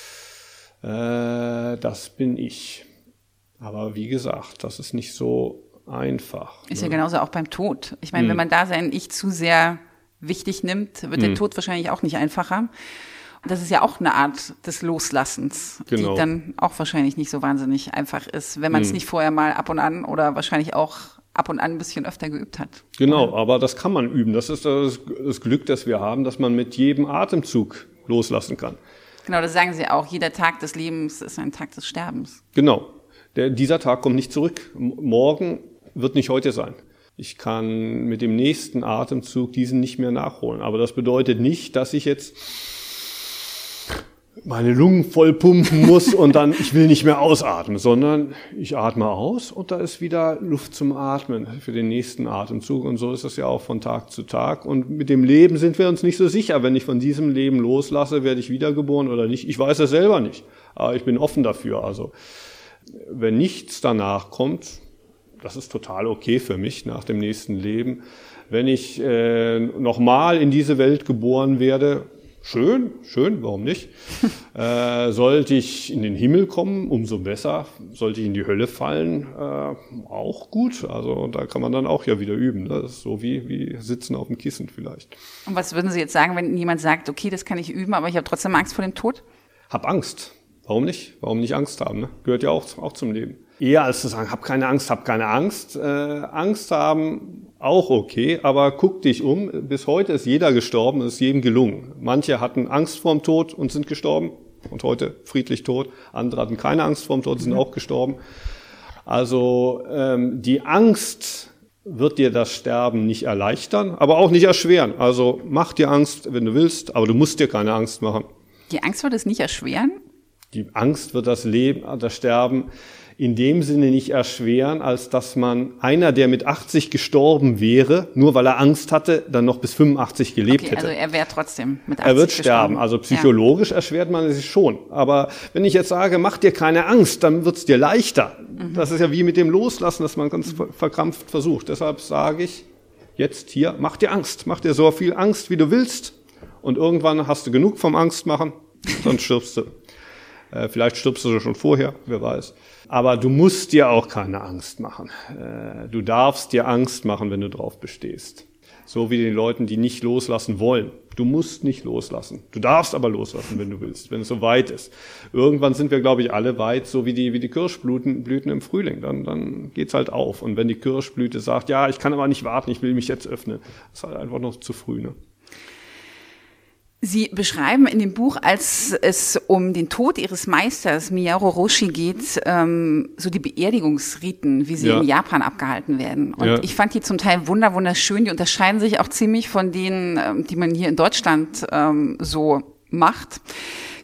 das bin ich. Aber wie gesagt, das ist nicht so einfach. Ist ja genauso auch beim Tod. Ich meine, wenn man da sein Ich zu sehr wichtig nimmt, wird der Tod wahrscheinlich auch nicht einfacher. Und das ist ja auch eine Art des Loslassens, genau, die dann auch wahrscheinlich nicht so wahnsinnig einfach ist, wenn man es nicht vorher mal ab und an oder wahrscheinlich auch ab und an ein bisschen öfter geübt hat. Genau, aber das kann man üben. Das ist das Glück, das wir haben, dass man mit jedem Atemzug loslassen kann. Genau, das sagen Sie auch. Jeder Tag des Lebens ist ein Tag des Sterbens. Genau. Dieser Tag kommt nicht zurück. Morgen wird nicht heute sein. Ich kann mit dem nächsten Atemzug diesen nicht mehr nachholen. Aber das bedeutet nicht, dass ich jetzt meine Lungen voll pumpen muss und dann, ich will nicht mehr ausatmen, sondern ich atme aus und da ist wieder Luft zum Atmen für den nächsten Atemzug. Und so ist es ja auch von Tag zu Tag. Und mit dem Leben sind wir uns nicht so sicher. Wenn ich von diesem Leben loslasse, werde ich wiedergeboren oder nicht. Ich weiß es selber nicht, aber ich bin offen dafür. Also wenn nichts danach kommt, das ist total okay für mich nach dem nächsten Leben. Wenn ich nochmal in diese Welt geboren werde, schön, warum nicht? Sollte ich in den Himmel kommen, umso besser. Sollte ich in die Hölle fallen, auch gut. Also da kann man dann auch ja wieder üben. Ne? Das ist so wie Sitzen auf dem Kissen vielleicht. Und was würden Sie jetzt sagen, wenn jemand sagt, okay, das kann ich üben, aber ich habe trotzdem Angst vor dem Tod? Hab Angst. Warum nicht? Warum nicht Angst haben? Ne? Gehört ja auch zum Leben. Eher als zu sagen, hab keine Angst. Angst haben, auch okay, aber guck dich um. Bis heute ist jeder gestorben, es ist jedem gelungen. Manche hatten Angst vorm Tod und sind gestorben und heute friedlich tot. Andere hatten keine Angst vorm Tod, sind auch gestorben. Also die Angst wird dir das Sterben nicht erleichtern, aber auch nicht erschweren. Also mach dir Angst, wenn du willst, aber du musst dir keine Angst machen. Die Angst wird es nicht erschweren? Die Angst wird das Sterben in dem Sinne nicht erschweren, als dass man einer, der mit 80 gestorben wäre, nur weil er Angst hatte, dann noch bis 85 gelebt hätte. Also er wäre trotzdem mit 80 Er wird sterben. gestorben. Also psychologisch erschwert man es sich schon. Aber wenn ich jetzt sage, mach dir keine Angst, dann wird es dir leichter. Das ist ja wie mit dem Loslassen, dass man ganz verkrampft versucht. Deshalb sage ich jetzt hier, mach dir Angst. Mach dir so viel Angst, wie du willst. Und irgendwann hast du genug vom Angstmachen, dann stirbst du. Vielleicht stirbst du schon vorher, wer weiß. Aber du musst dir auch keine Angst machen. Du darfst dir Angst machen, wenn du drauf bestehst. So wie den Leuten, die nicht loslassen wollen. Du musst nicht loslassen. Du darfst aber loslassen, wenn du willst, wenn es so weit ist. Irgendwann sind wir, glaube ich, alle weit, so wie die Kirschblüten im Frühling. Dann geht's halt auf. Und wenn die Kirschblüte sagt, ja, ich kann aber nicht warten, ich will mich jetzt öffnen, ist halt einfach noch zu früh, ne? Sie beschreiben in dem Buch, als es um den Tod Ihres Meisters Miyaro Roshi geht, so die Beerdigungsriten, wie sie in Japan abgehalten werden. Und ich fand die zum Teil wunderschön. Die unterscheiden sich auch ziemlich von denen, die man hier in Deutschland so macht.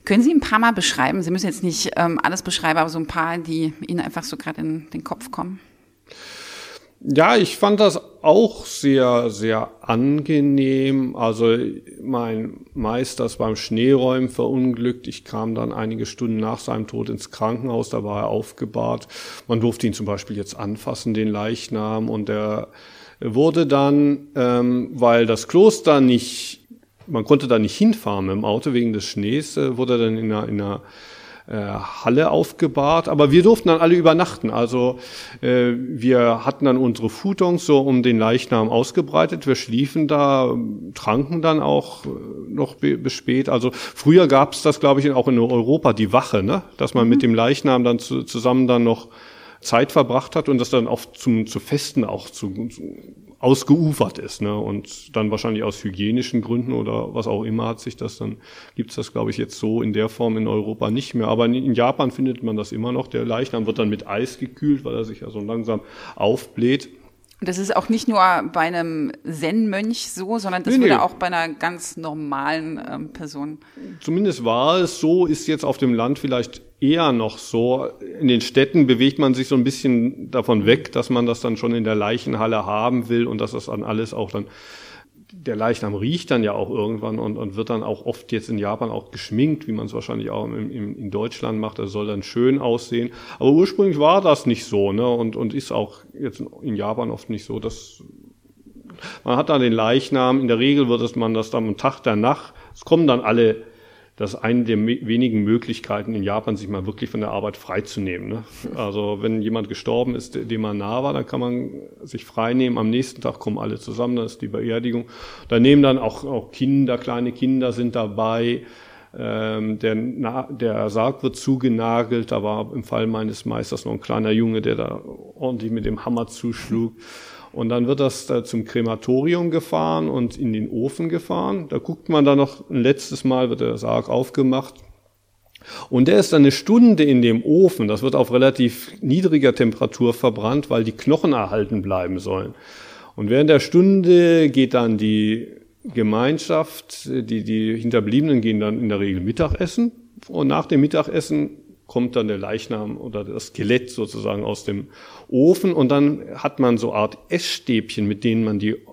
Können Sie ein paar mal beschreiben? Sie müssen jetzt nicht alles beschreiben, aber so ein paar, die Ihnen einfach so gerade in den Kopf kommen. Ja, ich fand das auch sehr, sehr angenehm. Also mein Meister ist beim Schneeräumen verunglückt. Ich kam dann einige Stunden nach seinem Tod ins Krankenhaus, da war er aufgebahrt. Man durfte ihn zum Beispiel jetzt anfassen, den Leichnam. Und er wurde dann, weil das Kloster man konnte da nicht hinfahren mit dem Auto wegen des Schnees, wurde er dann in einer Halle aufgebahrt, aber wir durften dann alle übernachten. Also wir hatten dann unsere Futons so um den Leichnam ausgebreitet. Wir schliefen da, tranken dann auch noch bis spät. Also früher gab es das, glaube ich, auch in Europa, die Wache, ne? Dass man mit dem Leichnam dann zusammen dann noch Zeit verbracht hat und das dann auch zu Festen auch ausgeufert ist, ne? Und dann wahrscheinlich aus hygienischen Gründen oder was auch immer gibt's das, glaube ich, jetzt so in der Form in Europa nicht mehr. Aber in Japan findet man das immer noch. Der Leichnam wird dann mit Eis gekühlt, weil er sich ja so langsam aufbläht. Und das ist auch nicht nur bei einem Zen-Mönch so, sondern das würde auch bei einer ganz normalen Person. Zumindest war es so, ist jetzt auf dem Land vielleicht eher noch so. In den Städten bewegt man sich so ein bisschen davon weg, dass man das dann schon in der Leichenhalle haben will und dass das dann alles auch dann, der Leichnam riecht dann ja auch irgendwann und wird dann auch oft jetzt in Japan auch geschminkt, wie man es wahrscheinlich auch in Deutschland macht. Das soll dann schön aussehen. Aber ursprünglich war das nicht so, ne? Und ist auch jetzt in Japan oft nicht so, dass man hat dann den Leichnam. In der Regel man das dann am Tag danach. Es kommen dann alle. Das ist eine der wenigen Möglichkeiten in Japan, sich mal wirklich von der Arbeit freizunehmen, ne? Also wenn jemand gestorben ist, dem man nah war, dann kann man sich frei nehmen. Am nächsten Tag kommen alle zusammen, das ist die Beerdigung. Da nehmen dann auch Kinder, kleine Kinder sind dabei. Der Sarg wird zugenagelt. Da war im Fall meines Meisters noch ein kleiner Junge, der da ordentlich mit dem Hammer zuschlug. Und dann wird das zum Krematorium gefahren und in den Ofen gefahren. Da guckt man dann noch ein letztes Mal, wird der Sarg aufgemacht. Und der ist dann eine Stunde in dem Ofen. Das wird auf relativ niedriger Temperatur verbrannt, weil die Knochen erhalten bleiben sollen. Und während der Stunde geht dann die Gemeinschaft, die Hinterbliebenen gehen dann in der Regel Mittagessen. Und nach dem Mittagessen kommt dann der Leichnam oder das Skelett sozusagen aus dem Ofen und dann hat man so eine Art Essstäbchen, mit denen man die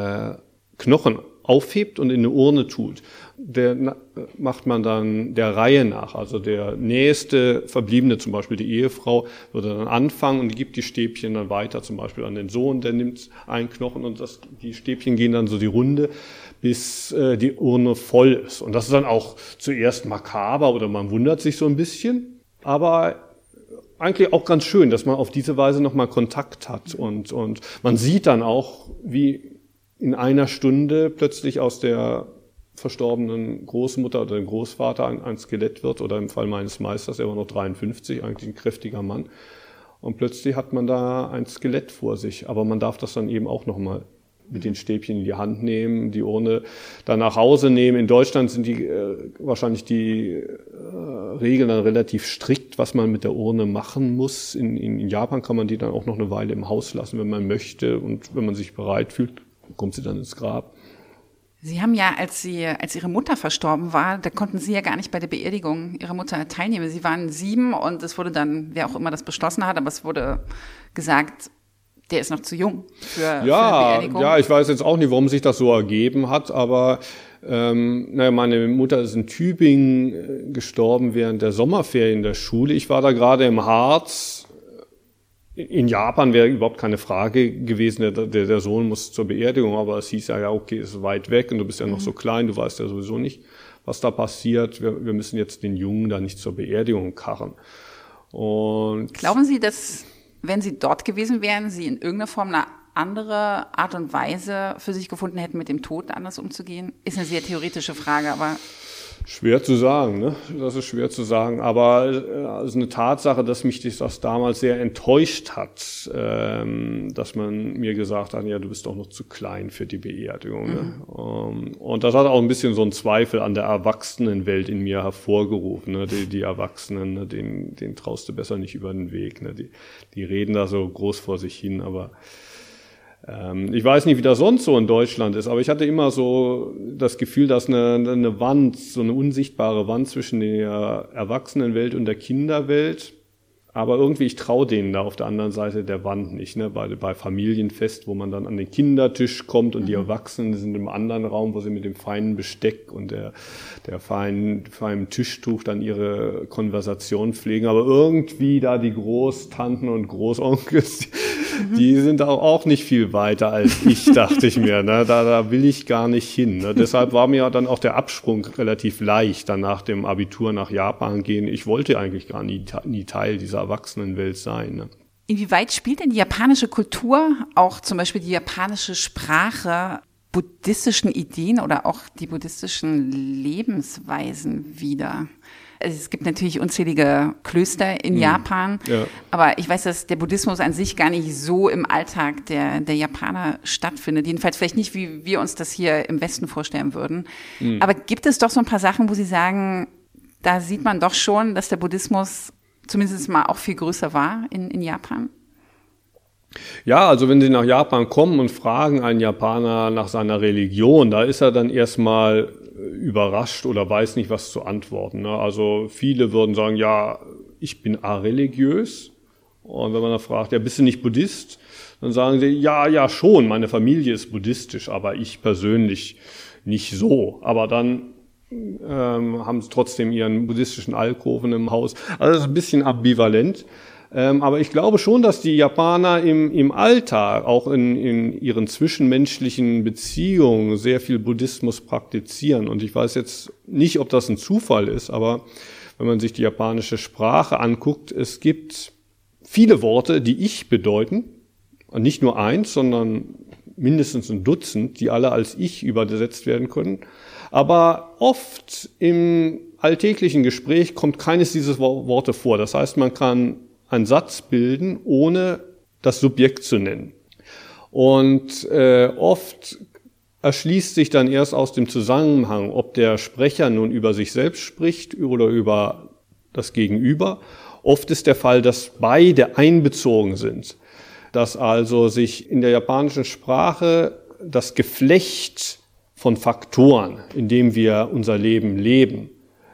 Knochen aufhebt und in eine Urne tut. Der macht man dann der Reihe nach. Also der nächste Verbliebene, zum Beispiel die Ehefrau, würde dann anfangen und gibt die Stäbchen dann weiter, zum Beispiel an den Sohn, der nimmt einen Knochen und die Stäbchen gehen dann so die Runde, bis die Urne voll ist. Und das ist dann auch zuerst makaber oder man wundert sich so ein bisschen. Aber eigentlich auch ganz schön, dass man auf diese Weise nochmal Kontakt hat. Und man sieht dann auch, wie in einer Stunde plötzlich aus der verstorbenen Großmutter oder dem Großvater ein Skelett wird. Oder im Fall meines Meisters, er war noch 53, eigentlich ein kräftiger Mann. Und plötzlich hat man da ein Skelett vor sich. Aber man darf das dann eben auch nochmal mit den Stäbchen in die Hand nehmen, die Urne dann nach Hause nehmen. In Deutschland sind wahrscheinlich die Regeln dann relativ strikt, was man mit der Urne machen muss. In Japan kann man die dann auch noch eine Weile im Haus lassen, wenn man möchte. Und wenn man sich bereit fühlt, kommt sie dann ins Grab. Sie haben ja, als Ihre Mutter verstorben war, da konnten Sie ja gar nicht bei der Beerdigung Ihrer Mutter teilnehmen. Sie waren 7 und es wurde dann, wer auch immer das beschlossen hat, aber es wurde gesagt, der ist noch zu jung für eine Beerdigung. Ja, ich weiß jetzt auch nicht, warum sich das so ergeben hat, aber meine Mutter ist in Tübingen gestorben während der Sommerferien der Schule. Ich war da gerade im Harz. In Japan wäre überhaupt keine Frage gewesen, der Sohn muss zur Beerdigung, aber es hieß ja, okay, ist weit weg und du bist ja noch so klein, du weißt ja sowieso nicht, was da passiert. Wir müssen jetzt den Jungen da nicht zur Beerdigung karren. Und glauben Sie, dass, wenn Sie dort gewesen wären, Sie in irgendeiner Form eine andere Art und Weise für sich gefunden hätten, mit dem Tod anders umzugehen? Ist eine sehr theoretische Frage, aber schwer zu sagen, ne? Das ist schwer zu sagen. Aber es ist eine Tatsache, dass mich das damals sehr enttäuscht hat, dass man mir gesagt hat, ja, du bist doch noch zu klein für die Beerdigung. Ne? Und das hat auch ein bisschen so einen Zweifel an der Erwachsenenwelt in mir hervorgerufen. Ne? Die Erwachsenen, ne? denen traust du besser nicht über den Weg. Ne? Die reden da so groß vor sich hin, aber Ich weiß nicht, wie das sonst so in Deutschland ist, aber ich hatte immer so das Gefühl, dass eine Wand, so eine unsichtbare Wand zwischen der Erwachsenenwelt und der Kinderwelt. Aber irgendwie, ich traue denen da auf der anderen Seite der Wand nicht, ne? Bei Familienfest, wo man dann an den Kindertisch kommt und die Erwachsenen sind im anderen Raum, wo sie mit dem feinen Besteck und der feinen Tischtuch dann ihre Konversation pflegen. Aber irgendwie da die Großtanten und Großonkels, die sind auch nicht viel weiter als ich, dachte ich mir. Ne? Da will ich gar nicht hin. Ne? Deshalb war mir dann auch der Absprung relativ leicht, dann nach dem Abitur nach Japan gehen. Ich wollte eigentlich gar nie Teil dieser Erwachsenenwelt sein. Ne? Inwieweit spielt denn die japanische Kultur, auch zum Beispiel die japanische Sprache, buddhistischen Ideen oder auch die buddhistischen Lebensweisen wider? Also es gibt natürlich unzählige Klöster in Japan, aber ich weiß, dass der Buddhismus an sich gar nicht so im Alltag der Japaner stattfindet. Jedenfalls vielleicht nicht, wie wir uns das hier im Westen vorstellen würden. Aber gibt es doch so ein paar Sachen, wo Sie sagen, da sieht man doch schon, dass der Buddhismus zumindest mal auch viel größer war in Japan? Ja, also wenn Sie nach Japan kommen und fragen einen Japaner nach seiner Religion, da ist er dann erstmal überrascht oder weiß nicht, was zu antworten. Ne? Also viele würden sagen, ja, ich bin areligiös. Und wenn man dann fragt, ja, bist du nicht Buddhist? Dann sagen sie, ja, schon, meine Familie ist buddhistisch, aber ich persönlich nicht so. Aber dann haben sie trotzdem ihren buddhistischen Alkoven im Haus. Also das ist ein bisschen ambivalent. Aber ich glaube schon, dass die Japaner im Alltag, auch in ihren zwischenmenschlichen Beziehungen, sehr viel Buddhismus praktizieren. Und ich weiß jetzt nicht, ob das ein Zufall ist, aber wenn man sich die japanische Sprache anguckt, es gibt viele Worte, die Ich bedeuten. Und nicht nur eins, sondern mindestens ein Dutzend, die alle als Ich übersetzt werden können. Aber oft im alltäglichen Gespräch kommt keines dieser Worte vor. Das heißt, man kann einen Satz bilden, ohne das Subjekt zu nennen. Und oft erschließt sich dann erst aus dem Zusammenhang, ob der Sprecher nun über sich selbst spricht oder über das Gegenüber. Oft ist der Fall, dass beide einbezogen sind. Dass also sich in der japanischen Sprache das Geflecht von Faktoren, in dem wir unser Leben leben,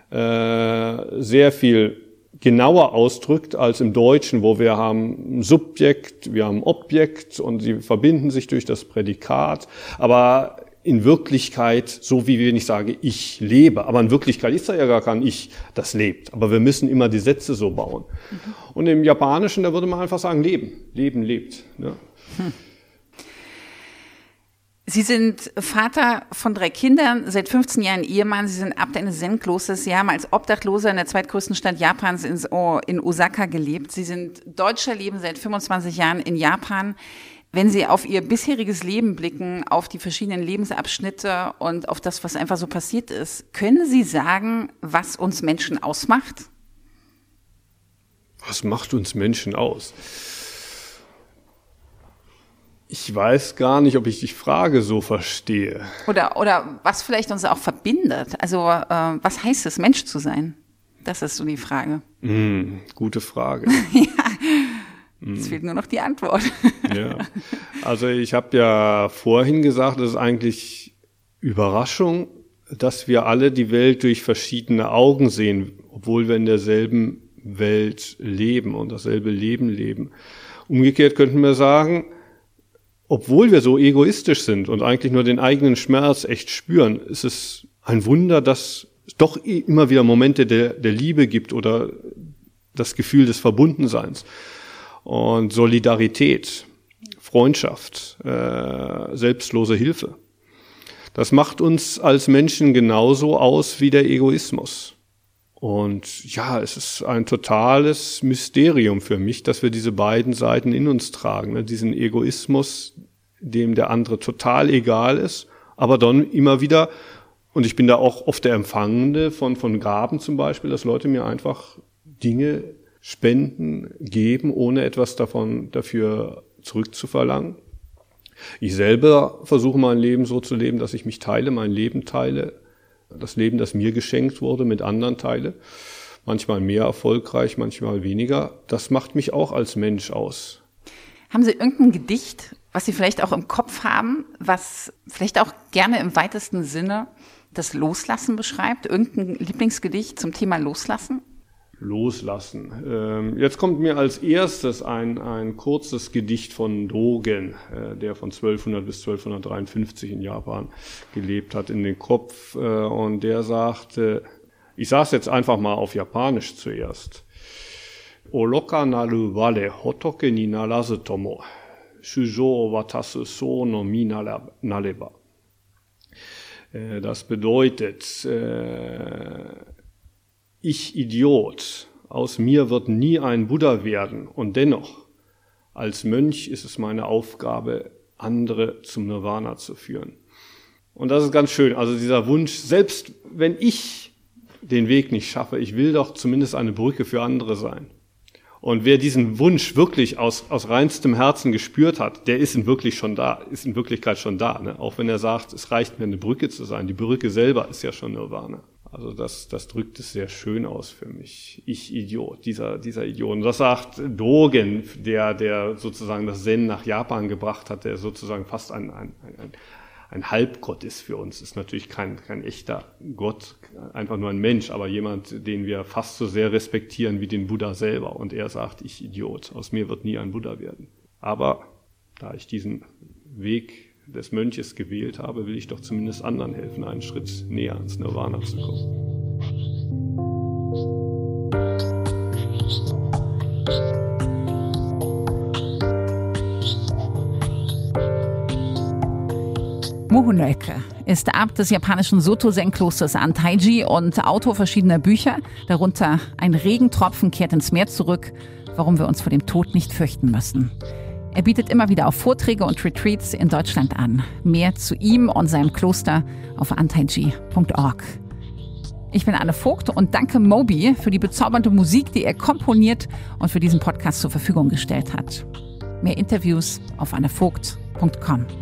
sehr viel genauer ausdrückt als im Deutschen, wo wir haben ein Subjekt, wir haben ein Objekt und sie verbinden sich durch das Prädikat. Aber in Wirklichkeit, so wie wenn ich sage, ich lebe, aber in Wirklichkeit ist da ja gar kein Ich, das lebt. Aber wir müssen immer die Sätze so bauen. Und im Japanischen, da würde man einfach sagen, Leben lebt. Ja. Sie sind Vater von 3 Kindern, seit 15 Jahren Ehemann. Sie sind Abt eines Zen-Klosters. Sie haben als Obdachloser in der zweitgrößten Stadt Japans in Osaka gelebt. Sie sind Deutscher, leben seit 25 Jahren in Japan. Wenn Sie auf Ihr bisheriges Leben blicken, auf die verschiedenen Lebensabschnitte und auf das, was einfach so passiert ist, können Sie sagen, was uns Menschen ausmacht? Was macht uns Menschen aus? Ich weiß gar nicht, ob ich die Frage so verstehe. Oder was vielleicht uns auch verbindet. Also was heißt es, Mensch zu sein? Das ist so die Frage. Gute Frage. Ja, es fehlt nur noch die Antwort. Ja, also ich habe ja vorhin gesagt, es ist eigentlich Überraschung, dass wir alle die Welt durch verschiedene Augen sehen, obwohl wir in derselben Welt leben und dasselbe Leben leben. Umgekehrt könnten wir sagen, obwohl wir so egoistisch sind und eigentlich nur den eigenen Schmerz echt spüren, ist es ein Wunder, dass es doch immer wieder Momente der Liebe gibt oder das Gefühl des Verbundenseins und Solidarität, Freundschaft, selbstlose Hilfe. Das macht uns als Menschen genauso aus wie der Egoismus. Und ja, es ist ein totales Mysterium für mich, dass wir diese beiden Seiten in uns tragen. Ne? Diesen Egoismus, dem der andere total egal ist, aber dann immer wieder, und ich bin da auch oft der Empfangende von Gaben zum Beispiel, dass Leute mir einfach Dinge spenden, geben, ohne etwas dafür zurückzuverlangen. Ich selber versuche mein Leben so zu leben, dass ich mich teile, mein Leben teile, das Leben, das mir geschenkt wurde, mit anderen teile. Manchmal mehr erfolgreich, manchmal weniger. Das macht mich auch als Mensch aus. Haben Sie irgendein Gedicht, was Sie vielleicht auch im Kopf haben, was vielleicht auch gerne im weitesten Sinne das Loslassen beschreibt? Irgendein Lieblingsgedicht zum Thema Loslassen? Loslassen. Jetzt kommt mir als erstes ein kurzes Gedicht von Dogen, der von 1200 bis 1253 in Japan gelebt hat, in den Kopf. Und der sagte, ich sage es jetzt einfach mal auf Japanisch zuerst. Oloka naru wale hotoke ni narazu tomo, shujou o watasu so no mi nareba. Das bedeutet, ich Idiot, aus mir wird nie ein Buddha werden und dennoch, als Mönch ist es meine Aufgabe, andere zum Nirvana zu führen. Und das ist ganz schön, also dieser Wunsch, selbst wenn ich den Weg nicht schaffe, ich will doch zumindest eine Brücke für andere sein. Und wer diesen Wunsch wirklich aus reinstem Herzen gespürt hat, der ist in Wirklichkeit schon da. Ne? Auch wenn er sagt, es reicht mir eine Brücke zu sein. Die Brücke selber ist ja schon Nirvana. Also das drückt es sehr schön aus für mich. Ich Idiot, dieser Idiot. Und das sagt Dogen, der sozusagen das Zen nach Japan gebracht hat, der sozusagen fast ein Halbgott ist für uns. Ist natürlich kein echter Gott, einfach nur ein Mensch, aber jemand, den wir fast so sehr respektieren wie den Buddha selber. Und er sagt, ich Idiot, aus mir wird nie ein Buddha werden. Aber da ich diesen Weg des Mönches gewählt habe, will ich doch zumindest anderen helfen, einen Schritt näher ans Nirvana zu kommen. Muho Nöke ist Abt des japanischen Soto-Zen-Klosters Antaiji und Autor verschiedener Bücher, darunter Ein Regentropfen kehrt ins Meer zurück, warum wir uns vor dem Tod nicht fürchten müssen. Er bietet immer wieder auf Vorträge und Retreats in Deutschland an. Mehr zu ihm und seinem Kloster auf antaiji.org. Ich bin Anne Vogt und danke Moby für die bezaubernde Musik, die er komponiert und für diesen Podcast zur Verfügung gestellt hat. Mehr Interviews auf annevogt.com.